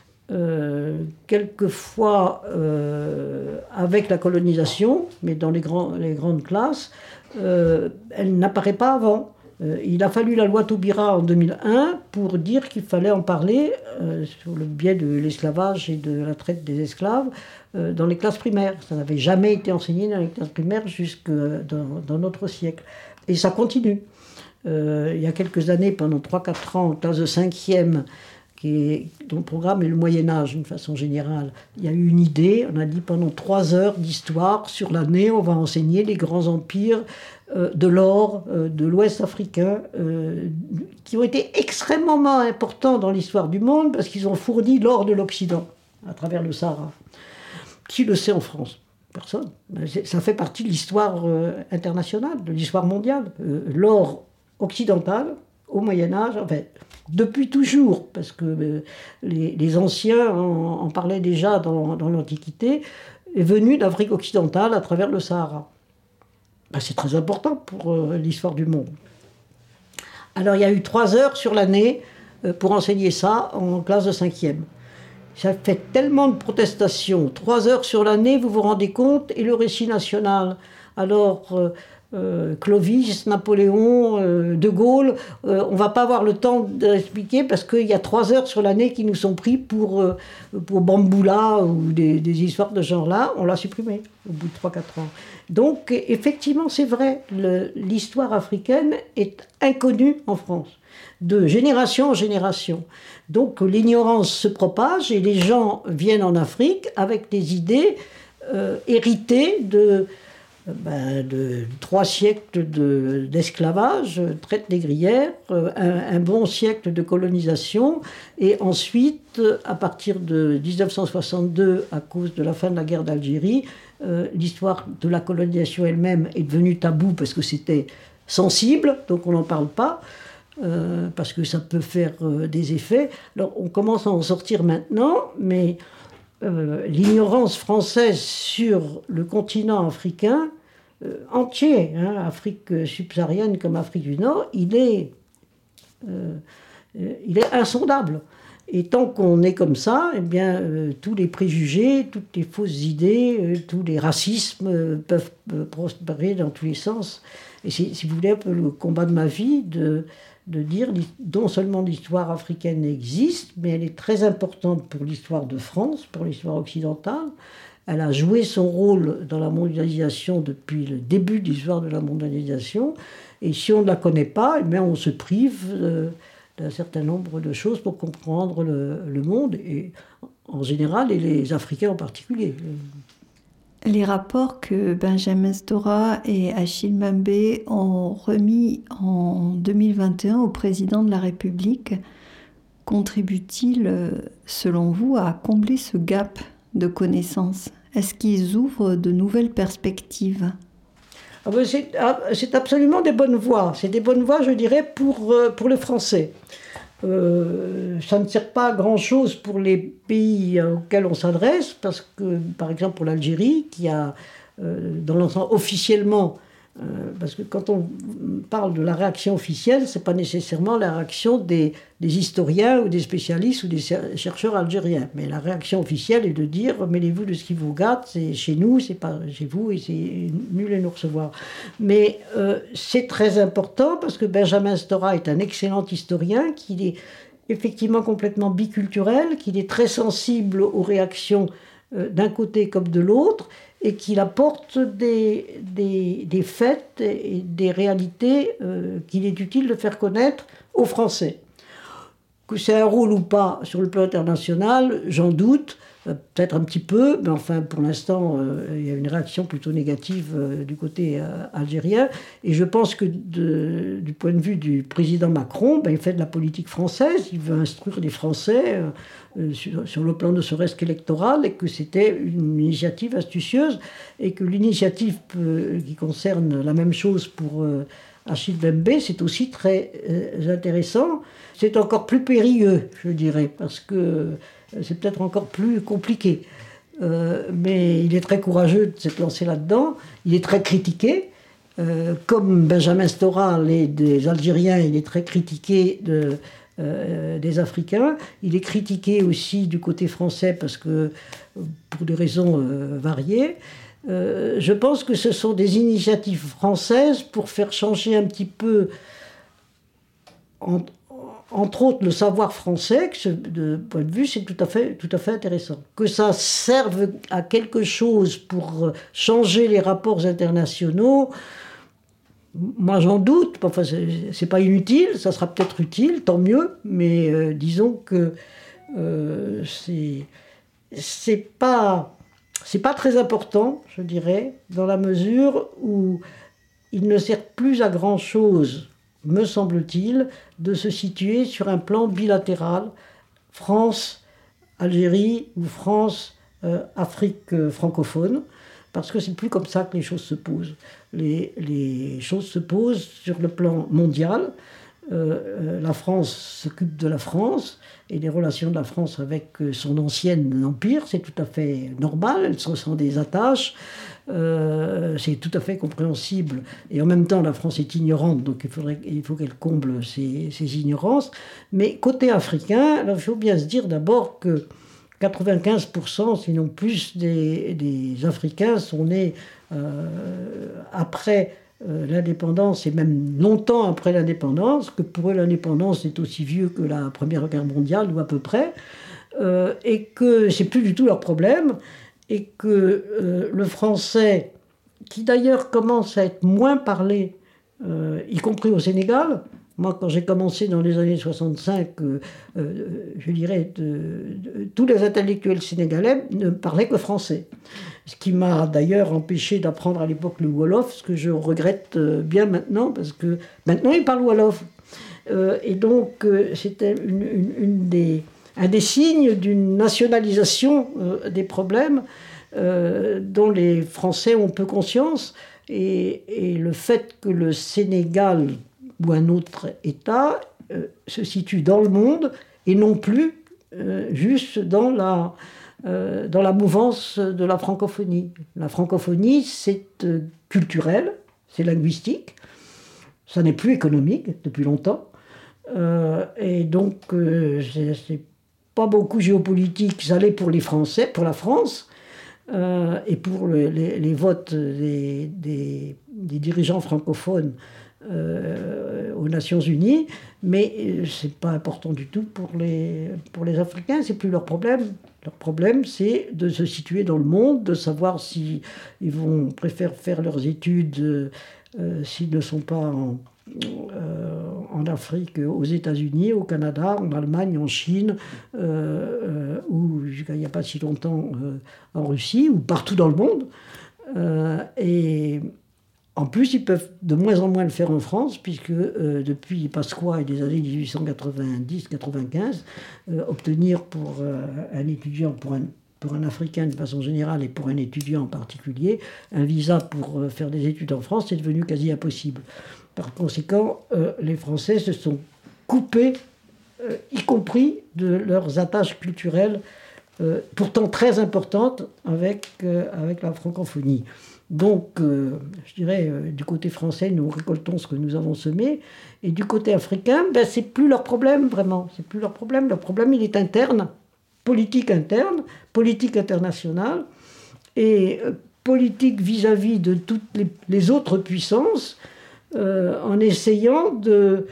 Speaker 4: Euh, quelquefois euh, avec la colonisation, mais dans les, grands, les grandes classes, euh, elle n'apparaît pas avant. Euh, il a fallu la loi Taubira en deux mille un pour dire qu'il fallait en parler euh, sur le biais de l'esclavage et de la traite des esclaves euh, dans les classes primaires. Ça n'avait jamais été enseigné dans les classes primaires jusque dans, dans notre siècle. Et ça continue. Euh, il y a quelques années, pendant trois quatre ans, en classe de cinquième, qui est, dont le programme est le Moyen-Âge, d'une façon générale. Il y a eu une idée, on a dit pendant trois heures d'histoire, sur l'année, on va enseigner les grands empires euh, de l'or, euh, de l'Ouest africain, euh, qui ont été extrêmement importants dans l'histoire du monde, parce qu'ils ont fourni l'or de l'Occident, à travers le Sahara. Qui le sait en France ? Personne. Ça fait partie de l'histoire euh, internationale, de l'histoire mondiale. Euh, l'or occidental, au Moyen-Âge, enfin, depuis toujours, parce que euh, les, les anciens en, en parlaient déjà dans, dans l'Antiquité, est venu d'Afrique occidentale à travers le Sahara. Ben, c'est très important pour euh, l'histoire du monde. Alors il y a eu trois heures sur l'année euh, pour enseigner ça en classe de cinquième. Ça fait tellement de protestations. Trois heures sur l'année, vous vous rendez compte, et le récit national. Alors... Euh, Euh, Clovis, Napoléon, euh, De Gaulle, euh, on ne va pas avoir le temps d'expliquer parce qu'il y a trois heures sur l'année qui nous sont pris pour, euh, pour Bamboula ou des, des histoires de ce genre-là. On l'a supprimé au bout de trois quatre ans. Donc, effectivement, c'est vrai, le, l'histoire africaine est inconnue en France, de génération en génération. Donc, l'ignorance se propage et les gens viennent en Afrique avec des idées euh, héritées de... Ben, de trois siècles de, d'esclavage, traite négrière, un, un bon siècle de colonisation, et ensuite, à partir de dix-neuf cent soixante-deux, à cause de la fin de la guerre d'Algérie, euh, l'histoire de la colonisation elle-même est devenue tabou parce que c'était sensible, donc on n'en parle pas, euh, parce que ça peut faire euh, des effets. Alors on commence à en sortir maintenant, mais... Euh, l'ignorance française sur le continent africain euh, entier, hein, Afrique subsaharienne comme Afrique du Nord, il est, euh, euh, il est insondable. Et tant qu'on est comme ça, eh bien, euh, tous les préjugés, toutes les fausses idées, euh, tous les racismes euh, peuvent euh, prospérer dans tous les sens. Et c'est, si vous voulez, un peu le combat de ma vie, de... de dire non seulement l'histoire africaine existe, mais elle est très importante pour l'histoire de France, pour l'histoire occidentale. Elle a joué son rôle dans la mondialisation depuis le début de l'histoire de la mondialisation. Et si on ne la connaît pas, eh bien on se prive euh, d'un certain nombre de choses pour comprendre le, le monde, et, en général, et les Africains en particulier.
Speaker 3: Les rapports que Benjamin Stora et Achille Mbembe ont remis en deux mille vingt et un au président de la République contribuent-ils, selon vous, à combler ce gap de connaissances ? Est-ce qu'ils ouvrent de nouvelles perspectives ?
Speaker 4: Ah ben c'est, c'est absolument des bonnes voies. C'est des bonnes voies, je dirais, pour, pour le français. Euh, ça ne sert pas à grand-chose pour les pays auxquels on s'adresse, parce que, par exemple, pour l'Algérie, qui a, euh, dans l'ensemble, officiellement, euh, parce que quand on parle de la réaction officielle, c'est pas nécessairement la réaction des, des historiens ou des spécialistes ou des chercheurs algériens, mais la réaction officielle est de dire « mêlez-vous de ce qui vous gâte, c'est chez nous, c'est pas chez vous, et c'est nul à nous recevoir ». Mais euh, c'est très important, parce que Benjamin Stora est un excellent historien, qu'il est effectivement complètement biculturel, qu'il est très sensible aux réactions euh, d'un côté comme de l'autre, et qu'il apporte des, des, des faits et des réalités euh, qu'il est utile de faire connaître aux Français. Que c'est un rôle ou pas sur le plan international, j'en doute, euh, peut-être un petit peu, mais enfin pour l'instant euh, il y a une réaction plutôt négative euh, du côté euh, algérien. Et je pense que de, du point de vue du président Macron, ben, il fait de la politique française, il veut instruire les Français euh, sur, sur le plan ne serait-ce qu'électoral, et que c'était une initiative astucieuse, et que l'initiative euh, qui concerne la même chose pour euh, Achille Mbembe, c'est aussi très euh, intéressant. C'est encore plus périlleux, je dirais, parce que c'est peut-être encore plus compliqué. Euh, mais il est très courageux de s'être lancé là-dedans. Il est très critiqué. Euh, comme Benjamin Stora, les, des Algériens, il est très critiqué de, euh, des Africains. Il est critiqué aussi du côté français, parce que, pour des raisons euh, variées. Euh, je pense que ce sont des initiatives françaises pour faire changer un petit peu, en, entre autres, le savoir français, que ce, de point de vue, c'est tout à fait, tout à fait intéressant. Que ça serve à quelque chose pour changer les rapports internationaux, moi j'en doute. Enfin, c'est, c'est pas inutile, ça sera peut-être utile, tant mieux, mais euh, disons que euh, c'est, c'est pas... C'est pas très important, je dirais, dans la mesure où il ne sert plus à grand-chose, me semble-t-il, de se situer sur un plan bilatéral, France-Algérie ou France-Afrique euh, francophone, parce que c'est plus comme ça que les choses se posent. Les, les choses se posent sur le plan mondial. Euh, euh, la France s'occupe de la France, et les relations de la France avec euh, son ancien empire, c'est tout à fait normal, elles sont des attaches, euh, c'est tout à fait compréhensible, et en même temps la France est ignorante, donc il, faudrait, il faut qu'elle comble ses, ses ignorances. Mais côté africain, alors, il faut bien se dire d'abord que quatre-vingt-quinze pour cent, sinon plus, des, des Africains sont nés euh, après Euh, l'indépendance, et même longtemps après l'indépendance, que pour eux l'indépendance est aussi vieux que la Première Guerre mondiale, ou à peu près, euh, et que c'est plus du tout leur problème, et que euh, le français, qui d'ailleurs commence à être moins parlé, euh, y compris au Sénégal. Moi, quand j'ai commencé dans les années soixante-cinq, euh, euh, je dirais, de, de, tous les intellectuels sénégalais ne parlaient que français. Ce qui m'a d'ailleurs empêché d'apprendre à l'époque le Wolof, ce que je regrette bien maintenant, parce que maintenant ils parlent Wolof. Euh, et donc, euh, c'était une, une, une des, un des signes d'une nationalisation euh, des problèmes euh, dont les Français ont peu conscience. Et, et le fait que le Sénégal ou un autre État euh, se situe dans le monde et non plus euh, juste dans la, euh, dans la mouvance de la francophonie. La francophonie, c'est euh, culturel, c'est linguistique, ça n'est plus économique depuis longtemps, euh, et donc euh, c'est, c'est pas beaucoup géopolitique, ça l'est pour les Français, pour la France, euh, et pour le, les, les votes des, des, des dirigeants francophones Euh, aux Nations Unies, mais euh, c'est pas important du tout pour les, pour les Africains, c'est plus leur problème. Leur problème, c'est de se situer dans le monde, de savoir si ils vont préférer faire leurs études euh, s'ils ne sont pas en, euh, en Afrique, aux États-Unis, au Canada, en Allemagne, en Chine, euh, euh, ou jusqu'à il n'y a pas si longtemps euh, en Russie, ou partout dans le monde. Euh, et En plus, ils peuvent de moins en moins le faire en France, puisque euh, depuis Pasqua et des années dix-huit cent quatre-vingt-dix quatre-vingt-quinze, euh, obtenir pour euh, un étudiant, pour un, pour un Africain de façon générale et pour un étudiant en particulier, un visa pour euh, faire des études en France, c'est devenu quasi impossible. Par conséquent, euh, les Français se sont coupés, euh, y compris de leurs attaches culturelles, euh, pourtant très importantes, avec, euh, avec la francophonie. Donc, euh, je dirais, euh, du côté français, nous récoltons ce que nous avons semé, et du côté africain, ben, c'est plus leur problème, vraiment. C'est plus leur problème. Leur problème, il est interne, politique interne, politique internationale, et euh, politique vis-à-vis de toutes les, les autres puissances, euh, en essayant de,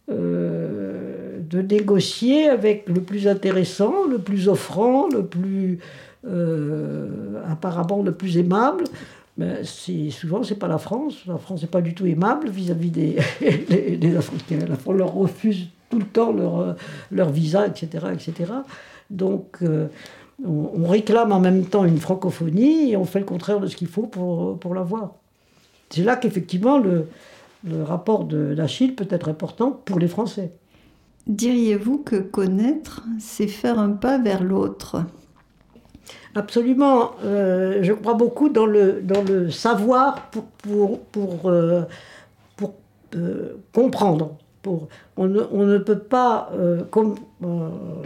Speaker 4: euh, de négocier avec le plus intéressant, le plus offrant, le plus, euh, apparemment, le plus aimable. Ben, c'est, souvent, c'est pas la France. La France n'est pas du tout aimable vis-à-vis des, des, des Africains. La France leur refuse tout le temps leur, leur visa, et cetera, et cetera. Donc, euh, on, on réclame en même temps une francophonie et on fait le contraire de ce qu'il faut pour, pour l'avoir. C'est là qu'effectivement, le, le rapport de d'Achille peut être important pour les Français.
Speaker 3: Diriez-vous que connaître, c'est faire un pas vers l'autre ?
Speaker 4: Absolument. Euh, je crois beaucoup dans le, dans le savoir pour, pour, pour, euh, pour euh, comprendre. Pour, on, ne, on ne peut pas euh, com, euh,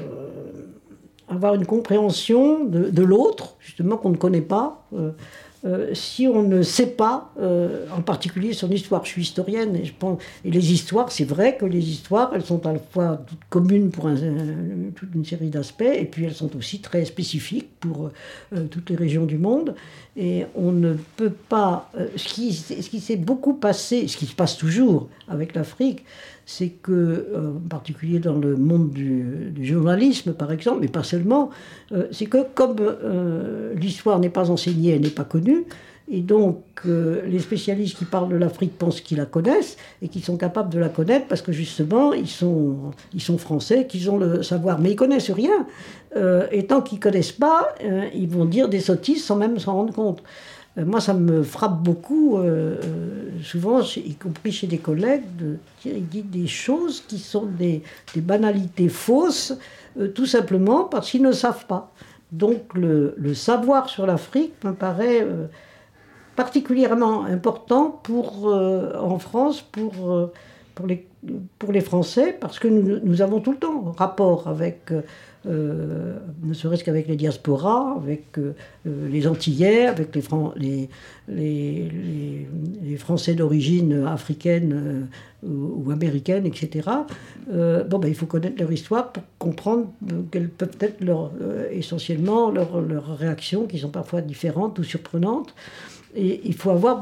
Speaker 4: avoir une compréhension de, de l'autre, justement, qu'on ne connaît pas, euh, euh, si on ne sait pas, euh, en particulier son histoire. Je suis historienne et, je pense, et les histoires, c'est vrai que les histoires, elles sont à la fois toutes communes pour un, un, toute une série d'aspects, et puis elles sont aussi très spécifiques pour euh, toutes les régions du monde. Et on ne peut pas... Euh, ce qui, ce qui s'est beaucoup passé, ce qui se passe toujours avec l'Afrique, c'est que, euh, en particulier dans le monde du, du journalisme, par exemple, mais pas seulement, euh, c'est que comme euh, l'histoire n'est pas enseignée, elle n'est pas connue, et donc euh, les spécialistes qui parlent de l'Afrique pensent qu'ils la connaissent, et qu'ils sont capables de la connaître, parce que justement, ils sont, ils sont français, qu'ils ont le savoir, mais ils connaissent rien. Euh, et tant qu'ils ne connaissent pas, euh, ils vont dire des sottises sans même s'en rendre compte. Moi, ça me frappe beaucoup, euh, souvent, y compris chez des collègues, de dire, ils disent des choses qui sont des, des banalités fausses, euh, tout simplement parce qu'ils ne savent pas. Donc, le, le savoir sur l'Afrique me paraît euh, particulièrement important pour, euh, en France pour, euh, pour, les, pour les Français, parce que nous, nous avons tout le temps rapport avec... Euh, Euh, ne serait-ce qu'avec les diasporas, avec euh, les Antillais, avec les, Fran- les, les, les, les Français d'origine africaine euh, ou, ou américaine, et cetera. Euh, bon, ben, il faut connaître leur histoire pour comprendre euh, quelles peuvent être leur, euh, essentiellement leurs leur réactions, qui sont parfois différentes ou surprenantes. Et il faut avoir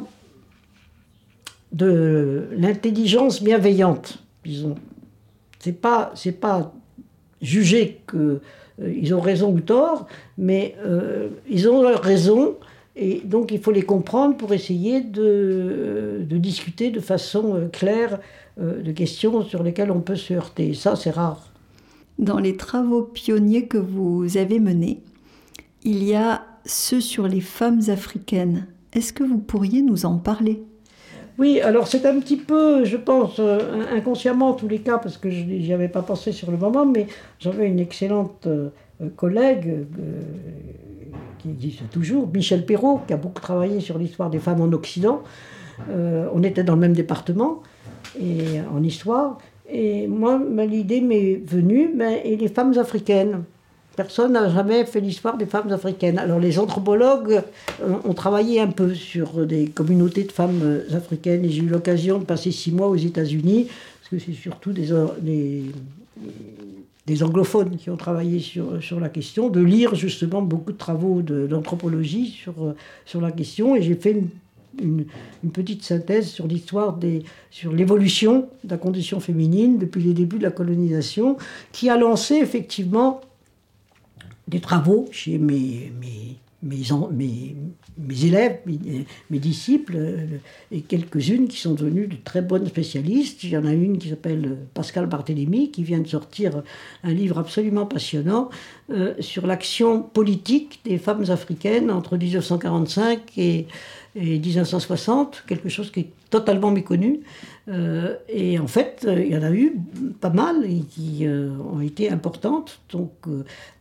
Speaker 4: de l'intelligence bienveillante, disons. C'est pas, c'est pas juger qu'ils euh, ont raison ou tort, mais euh, ils ont leur raison, et donc il faut les comprendre pour essayer de, de discuter de façon euh, claire euh, de questions sur lesquelles on peut se heurter. Et ça, c'est rare.
Speaker 3: Dans les travaux pionniers que vous avez menés, il y a ceux sur les femmes africaines. Est-ce que vous pourriez nous en parler ?
Speaker 4: Oui, alors c'est un petit peu, je pense, euh, inconsciemment en tous les cas, parce que je n'y avais pas pensé sur le moment, mais j'avais une excellente euh, collègue euh, qui existe toujours, Michel Perrault, qui a beaucoup travaillé sur l'histoire des femmes en Occident. Euh, on était dans le même département, et, en histoire, et moi, l'idée m'est venue, ben, et les femmes africaines. Personne n'a jamais fait l'histoire des femmes africaines. Alors les anthropologues ont travaillé un peu sur des communautés de femmes africaines, et j'ai eu l'occasion de passer six mois aux États-Unis, parce que c'est surtout des, des, des anglophones qui ont travaillé sur, sur la question, de lire justement beaucoup de travaux de, d'anthropologie sur, sur la question, et j'ai fait une, une, une petite synthèse sur l'histoire des, sur l'évolution de la condition féminine depuis les débuts de la colonisation, qui a lancé effectivement des travaux chez mes, mes, mes, mes, mes élèves, mes, mes disciples, et quelques-unes qui sont devenues de très bonnes spécialistes. Il y en a une qui s'appelle Pascal Barthélémy, qui vient de sortir un livre absolument passionnant euh, sur l'action politique des femmes africaines entre dix-neuf cent quarante-cinq et, et dix-neuf cent soixante, quelque chose qui est totalement méconnu. Euh, et en fait, euh, il y en a eu pas mal et qui euh, ont été importantes. Donc, euh,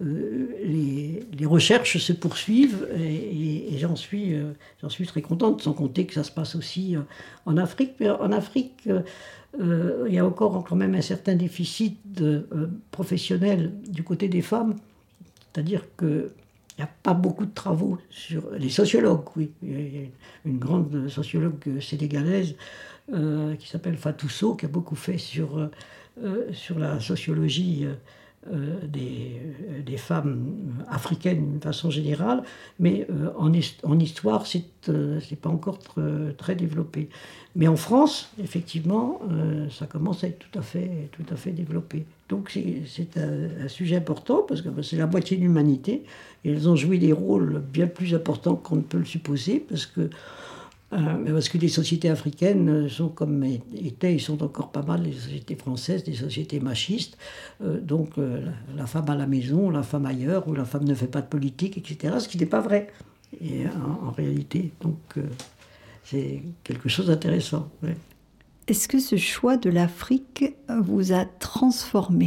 Speaker 4: les, les recherches se poursuivent et, et, et j'en suis, euh, j'en suis très contente, sans compter que ça se passe aussi euh, en Afrique. Mais en Afrique, euh, il y a encore quand même un certain déficit de, euh, professionnel du côté des femmes. C'est-à-dire que il n'y a pas beaucoup de travaux sur les sociologues, oui. Il y a une grande sociologue sénégalaise euh, qui s'appelle Fatou Sow, qui a beaucoup fait sur, euh, sur la sociologie euh, des, des femmes africaines d'une façon générale, mais euh, en, en histoire, c'est euh, c'est pas encore très, très développé. Mais en France, effectivement, euh, ça commence à être tout à fait, tout à fait développé. Donc c'est un, un sujet important, parce que ben, c'est la moitié de l'humanité, et elles ont joué des rôles bien plus importants qu'on ne peut le supposer, parce que Euh, parce que les sociétés africaines sont comme étaient, ils sont encore pas mal, les sociétés françaises, des sociétés machistes. Euh, donc euh, la, la femme à la maison, la femme ailleurs, ou la femme ne fait pas de politique, et cetera. Ce qui n'est pas vrai et, en, en réalité. Donc euh, c'est quelque chose d'intéressant. Ouais.
Speaker 3: Est-ce que ce choix de l'Afrique vous a transformé ?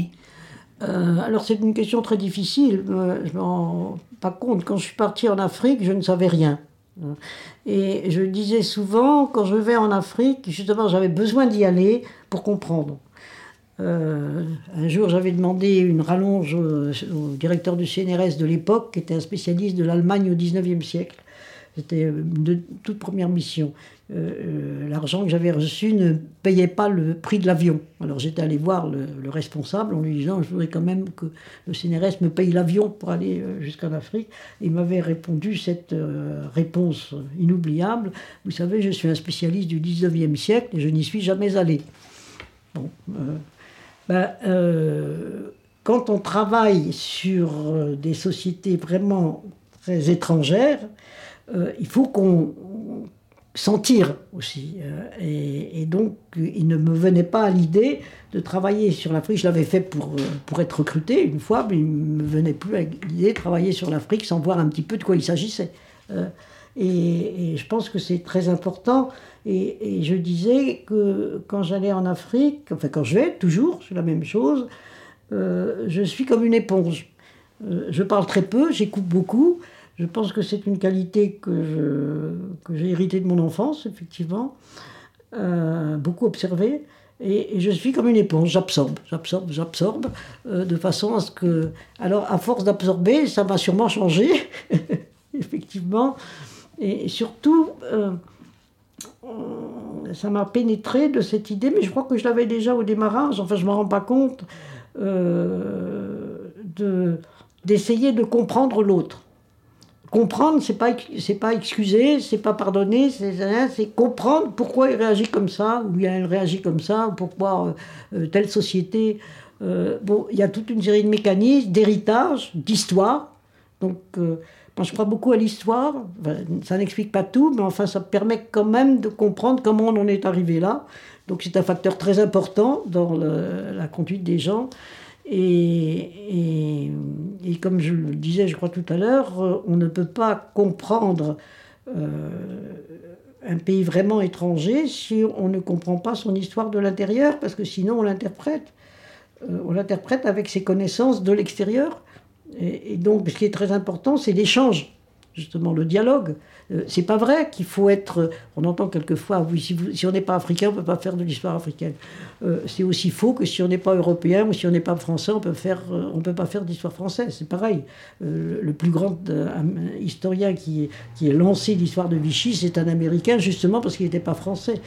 Speaker 4: euh, Alors c'est une question très difficile. Euh, je ne m'en rends pas compte. Quand je suis partie en Afrique, je ne savais rien. Et je disais souvent, quand je vais en Afrique, justement, j'avais besoin d'y aller pour comprendre. Euh, un jour, j'avais demandé une rallonge au, au directeur du C N R S de l'époque, qui était un spécialiste de l'Allemagne au dix-neuvième siècle. C'était une toute première mission. Euh, euh, l'argent que j'avais reçu ne payait pas le prix de l'avion. Alors j'étais allé voir le, le responsable en lui disant « Je voudrais quand même que le C N R S me paye l'avion pour aller euh, jusqu'en Afrique ». Il m'avait répondu cette euh, réponse inoubliable « Vous savez, je suis un spécialiste du dix-neuvième siècle et je n'y suis jamais allé ». Bon, euh, ben, euh, quand on travaille sur euh, des sociétés vraiment très étrangères, euh, il faut qu'on sentir aussi. Euh, et, et donc, il ne me venait pas à l'idée de travailler sur l'Afrique. Je l'avais fait pour, pour être recruté une fois, mais il ne me venait plus à l'idée de travailler sur l'Afrique sans voir un petit peu de quoi il s'agissait. Euh, et, et je pense que c'est très important. Et, et je disais que quand j'allais en Afrique, enfin quand je vais, toujours, c'est la même chose, euh, je suis comme une éponge. Euh, je parle très peu, j'écoute beaucoup. Je pense que c'est une qualité que, je, que j'ai héritée de mon enfance, effectivement. Euh, beaucoup observé. Et, et je suis comme une éponge, j'absorbe, j'absorbe, j'absorbe, euh, de façon à ce que... Alors, à force d'absorber, ça va sûrement changer, effectivement. Et, et surtout, euh, ça m'a pénétré de cette idée, mais je crois que je l'avais déjà au démarrage, enfin, je ne m'en rends pas compte, euh, de, d'essayer de comprendre l'autre. Comprendre, c'est pas, c'est pas excuser, c'est pas pardonner, c'est, c'est comprendre pourquoi il réagit comme ça, ou il réagit comme ça, ou pourquoi euh, telle société... Euh, bon, il y a toute une série de mécanismes, d'héritage, d'histoire. Donc, euh, moi, je crois beaucoup à l'histoire. Enfin, ça n'explique pas tout, mais enfin, ça permet quand même de comprendre comment on en est arrivé là. Donc, c'est un facteur très important dans le, la conduite des gens. Et, et, et comme je le disais, je crois tout à l'heure, on ne peut pas comprendre euh, un pays vraiment étranger si on ne comprend pas son histoire de l'intérieur, parce que sinon on l'interprète. Euh, on l'interprète avec ses connaissances de l'extérieur. Et, et donc, ce qui est très important, c'est l'échange, justement, le dialogue. Euh, c'est pas vrai qu'il faut être... On entend quelquefois, oui, si, vous, si on n'est pas africain, on ne peut pas faire de l'histoire africaine. Euh, c'est aussi faux que si on n'est pas européen ou si on n'est pas français, on peut faire, euh, on peut pas faire d'histoire française. C'est pareil. Euh, le plus grand euh, historien qui, qui a lancé l'histoire de Vichy, c'est un Américain, justement parce qu'il n'était pas français.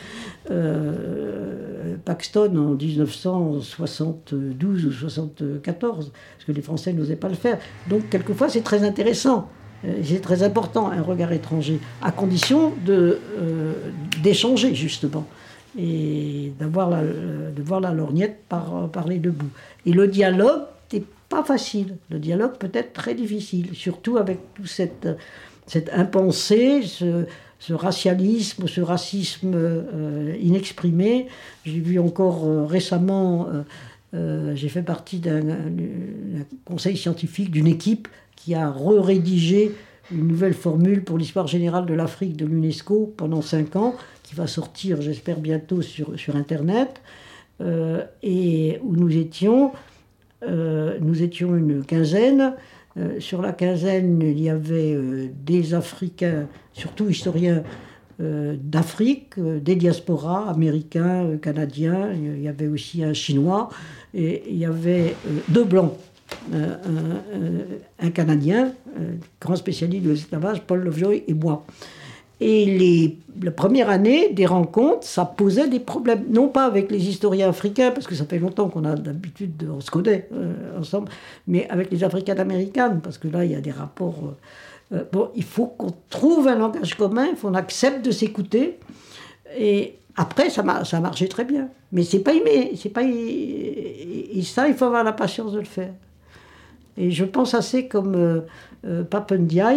Speaker 4: Euh, Paxton, en dix-neuf cent soixante-douze ou soixante-quatorze, parce que les Français n'osaient pas le faire. Donc, quelquefois, c'est très intéressant. C'est très important, un regard étranger, à condition de, euh, d'échanger, justement, et d'avoir la, de voir la lorgnette par, par les deux bouts. Et le dialogue n'est pas facile. Le dialogue peut être très difficile, surtout avec tout cette, cette impensée, ce, ce racialisme, ce racisme euh, inexprimé. J'ai vu encore euh, récemment, euh, euh, j'ai fait partie d'un, d'un conseil scientifique d'une équipe qui a re-rédigé une nouvelle formule pour l'histoire générale de l'Afrique de l'UNESCO pendant cinq ans, qui va sortir, j'espère, bientôt sur, sur Internet, euh, et où nous étions, euh, nous étions une quinzaine. Euh, sur la quinzaine, il y avait euh, des Africains, surtout historiens euh, d'Afrique, euh, des diasporas américains, euh, canadiens, il y avait aussi un Chinois, et il y avait euh, deux Blancs. Euh, un, un Canadien, un grand spécialiste de l'esclavage, Paul Lovejoy, et moi. Et les, la première année des rencontres, ça posait des problèmes, non pas avec les historiens africains, parce que ça fait longtemps qu'on a l'habitude, de, on se connaît euh, ensemble, mais avec les Africaines-Américaines, parce que là, il y a des rapports... Euh, bon, il faut qu'on trouve un langage commun, il faut qu'on accepte de s'écouter, et après, ça, mar- ça a marché très bien. Mais c'est pas aimé, c'est pas... Et ça, il faut avoir la patience de le faire. Et je pense assez comme euh, euh, Pape Ndiaye,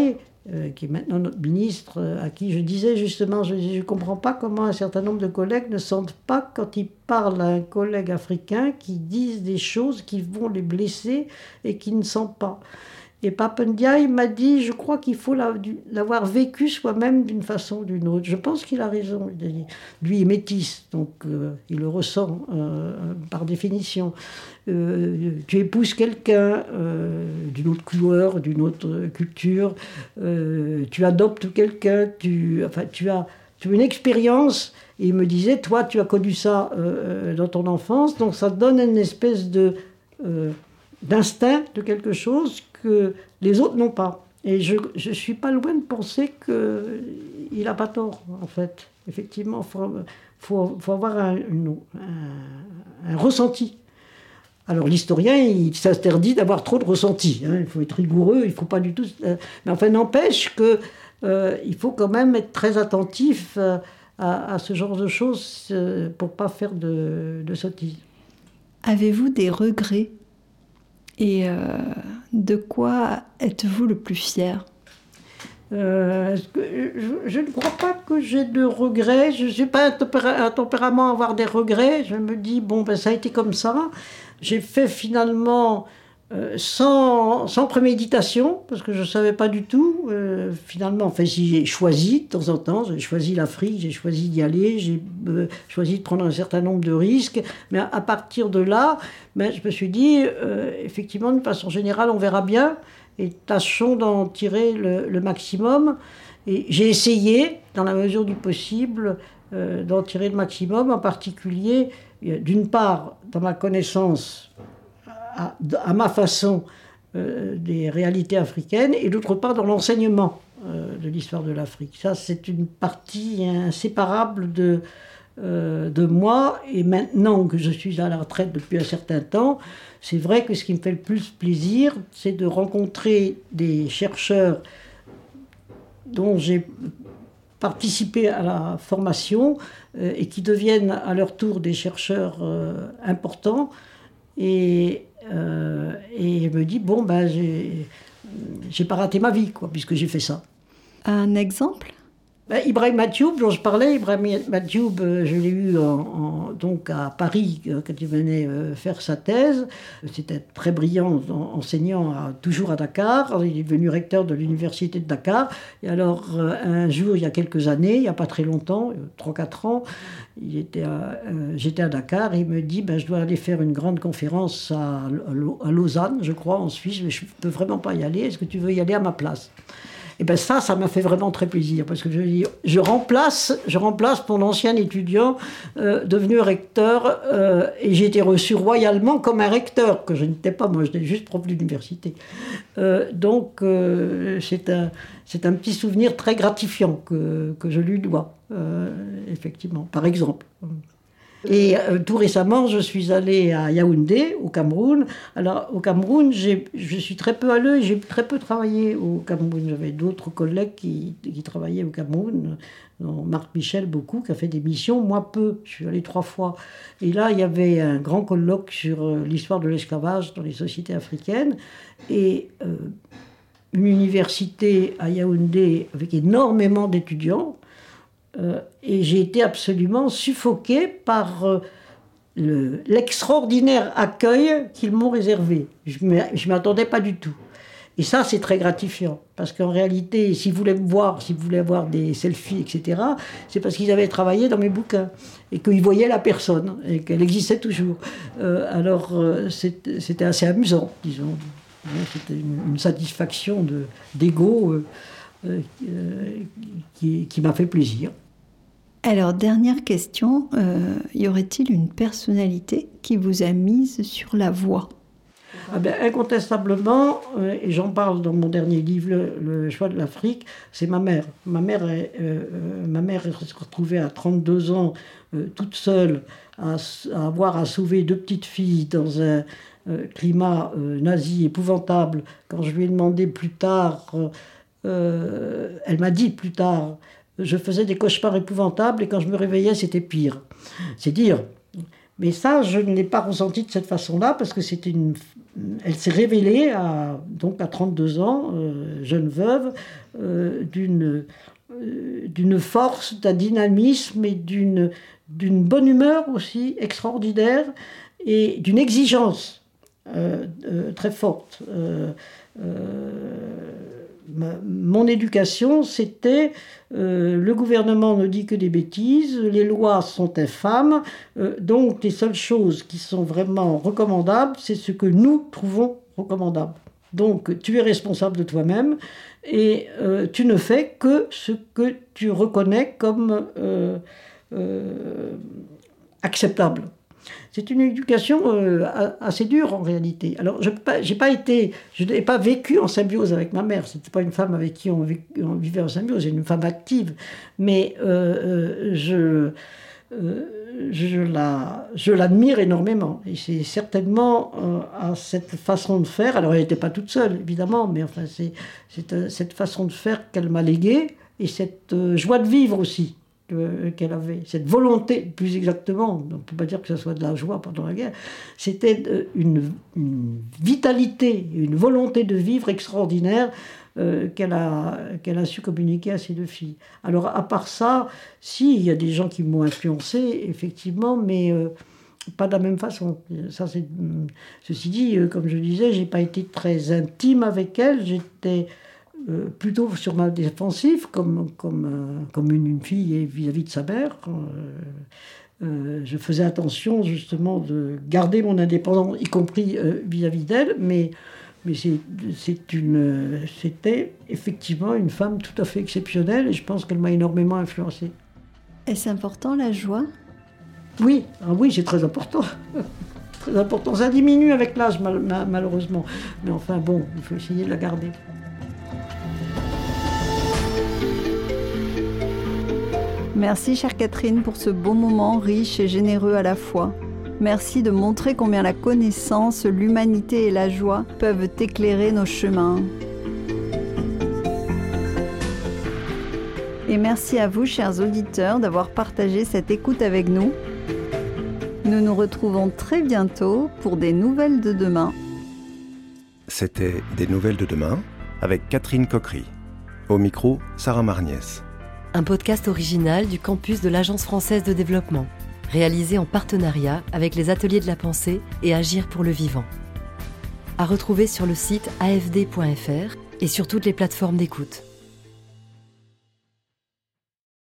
Speaker 4: euh, qui est maintenant notre ministre, euh, à qui je disais justement, je ne comprends pas comment un certain nombre de collègues ne sentent pas quand ils parlent à un collègue africain qui disent des choses qui vont les blesser et qui ne sentent pas. Et Papa Ndiaye m'a dit, je crois qu'il faut l'avoir vécu soi-même d'une façon ou d'une autre. Je pense qu'il a raison. Lui est métis, donc euh, il le ressent euh, par définition. Euh, tu épouses quelqu'un euh, d'une autre couleur, d'une autre culture, euh, tu adoptes quelqu'un, tu, enfin, tu, as, tu as une expérience. Et il me disait, toi, tu as connu ça euh, dans ton enfance, donc ça te donne une espèce de... Euh, d'instinct de quelque chose que les autres n'ont pas. Et je ne suis pas loin de penser qu'il n'a pas tort, en fait. Effectivement, il faut, faut, faut avoir un, une, un, un ressenti. Alors l'historien, il s'interdit d'avoir trop de ressenti. Hein. Il faut être rigoureux, il ne faut pas du tout... Mais enfin, n'empêche qu'il euh, faut quand même être très attentif euh, à, à ce genre de choses euh, pour ne pas faire de, de sottises.
Speaker 3: Avez-vous des regrets ? Et euh, de quoi êtes-vous le plus fier ?
Speaker 4: euh, je, je ne crois pas que j'ai de regrets. Je ne suis pas un, tempéra- un tempérament à avoir des regrets. Je me dis, bon, ben, ça a été comme ça. J'ai fait finalement euh, sans, sans préméditation, parce que je ne savais pas du tout. Euh, finalement, enfin, si j'ai choisi de temps en temps, j'ai choisi l'Afrique, j'ai choisi d'y aller, j'ai euh, choisi de prendre un certain nombre de risques. Mais à, à partir de là, ben, je me suis dit, euh, effectivement, d'une façon générale, on verra bien. Et tâchons d'en tirer le, le maximum. Et j'ai essayé, dans la mesure du possible, euh, d'en tirer le maximum, en particulier, d'une part, dans ma connaissance, à, à ma façon, euh, des réalités africaines, et d'autre part, dans l'enseignement euh, de l'histoire de l'Afrique. Ça, c'est une partie inséparable de, euh, de moi. Et maintenant que je suis à la retraite depuis un certain temps, c'est vrai que ce qui me fait le plus plaisir, c'est de rencontrer des chercheurs dont j'ai participé à la formation euh, et qui deviennent à leur tour des chercheurs euh, importants. Et, euh, et je me dis, bon, ben, j'ai, j'ai pas raté ma vie, quoi, puisque j'ai fait ça.
Speaker 3: Un exemple ?
Speaker 4: Ben, Ibrahim Matioub, dont je parlais, Ibrahim Matioub, je l'ai eu en, en, donc à Paris quand il venait faire sa thèse. C'était très brillant, enseignant à, toujours à Dakar. Il est devenu recteur de l'université de Dakar. Et alors, un jour, il y a quelques années, il n'y a pas très longtemps, trois quatre ans, il était à, euh, j'étais à Dakar et il me dit ben, je dois aller faire une grande conférence à, à Lausanne, je crois, en Suisse, mais je ne peux vraiment pas y aller. Est-ce que tu veux y aller à ma place ? Et bien ça, ça m'a fait vraiment très plaisir, parce que je, je, remplace, je remplace mon ancien étudiant euh, devenu recteur, euh, et j'ai été reçu royalement comme un recteur, que je n'étais pas, moi j'étais juste prof d'université. Euh, donc euh, c'est, un, c'est un petit souvenir très gratifiant que, que je lui dois, euh, effectivement, par exemple. Et euh, tout récemment, je suis allée à Yaoundé, au Cameroun. Alors, au Cameroun, j'ai, je suis très peu allée, j'ai très peu travaillé au Cameroun. J'avais d'autres collègues qui, qui travaillaient au Cameroun, dont Marc Michel, beaucoup, qui a fait des missions. Moi, peu. Je suis allée trois fois. Et là, il y avait un grand colloque sur euh, l'histoire de l'esclavage dans les sociétés africaines. Et euh, une université à Yaoundé avec énormément d'étudiants. Euh, et j'ai été absolument suffoquée par euh, le, l'extraordinaire accueil qu'ils m'ont réservé. Je ne m'attendais pas du tout. Et ça, c'est très gratifiant. Parce qu'en réalité, s'ils voulaient me voir, s'ils voulaient avoir des selfies, et cetera, c'est parce qu'ils avaient travaillé dans mes bouquins. Et qu'ils voyaient la personne, et qu'elle existait toujours. Euh, alors, euh, c'était, c'était assez amusant, disons. C'était une, une satisfaction de, d'ego euh, euh, qui, qui m'a fait plaisir.
Speaker 3: Alors, dernière question, euh, y aurait-il une personnalité qui vous a mise sur la voie ?
Speaker 4: Ah ben, incontestablement, euh, et j'en parle dans mon dernier livre, Le, le choix de l'Afrique, c'est ma mère. Ma mère, est, euh, ma mère s'est retrouvée à trente-deux ans, euh, toute seule, à, à avoir à sauver deux petites filles dans un euh, climat euh, nazi épouvantable. Quand je lui ai demandé plus tard, euh, elle m'a dit plus tard, je faisais des cauchemars épouvantables et quand je me réveillais, c'était pire. C'est dire. Mais ça, je ne l'ai pas ressenti de cette façon-là parce que c'était une elle s'est révélée, à, donc à trente-deux ans, euh, jeune veuve, euh, d'une, euh, d'une force, d'un dynamisme et d'une, d'une bonne humeur aussi extraordinaire et d'une exigence euh, euh, très forte. Euh, euh, ma, mon éducation, c'était euh, le gouvernement ne dit que des bêtises, les lois sont infâmes, euh, donc les seules choses qui sont vraiment recommandables, c'est ce que nous trouvons recommandable. Donc tu es responsable de toi-même et euh, tu ne fais que ce que tu reconnais comme euh, euh, acceptable. C'est une éducation euh, assez dure en réalité. Alors je n'ai pas été, je n'ai pas vécu en symbiose avec ma mère. C'était pas une femme avec qui on, vécu, on vivait en symbiose, c'est une femme active. Mais euh, euh, je euh, je, la, je l'admire énormément. Et c'est certainement euh, à cette façon de faire, alors elle n'était pas toute seule, évidemment, mais enfin, c'est, c'est euh, cette façon de faire qu'elle m'a léguée, et cette euh, joie de vivre aussi que, qu'elle avait, cette volonté, plus exactement, on ne peut pas dire que ce soit de la joie pendant la guerre, c'était une, une vitalité, une volonté de vivre extraordinaire, Euh, qu'elle a, qu'elle a su communiquer à ses deux filles. Alors, à part ça, si, il y a des gens qui m'ont influencé, effectivement, mais euh, pas de la même façon. Ça, c'est, ceci dit, euh, comme je disais, j'ai pas été très intime avec elle, j'étais euh, plutôt sur ma défensive, comme, comme, euh, comme une, une fille vis-à-vis de sa mère. Euh, euh, je faisais attention, justement, de garder mon indépendance, y compris euh, vis-à-vis d'elle, mais Mais c'est, c'est une, c'était effectivement une femme tout à fait exceptionnelle et je pense qu'elle m'a énormément influencée.
Speaker 3: Est-ce important la joie ?
Speaker 4: Oui, ah oui, c'est très important. Très important. Ça diminue avec l'âge mal, mal, malheureusement. Mais enfin bon, il faut essayer de la garder.
Speaker 3: Merci chère Catherine pour ce beau moment riche et généreux à la fois. Merci de montrer combien la connaissance, l'humanité et la joie peuvent éclairer nos chemins. Et merci à vous, chers auditeurs, d'avoir partagé cette écoute avec nous. Nous nous retrouvons très bientôt pour des nouvelles de demain.
Speaker 2: C'était Des nouvelles de demain avec Catherine Coquery. Au micro, Sarah Marniès.
Speaker 1: Un podcast original du campus de l'Agence française de développement, réalisé en partenariat avec les Ateliers de la Pensée et Agir pour le Vivant. À retrouver sur le site a f d point f r et sur toutes les plateformes d'écoute.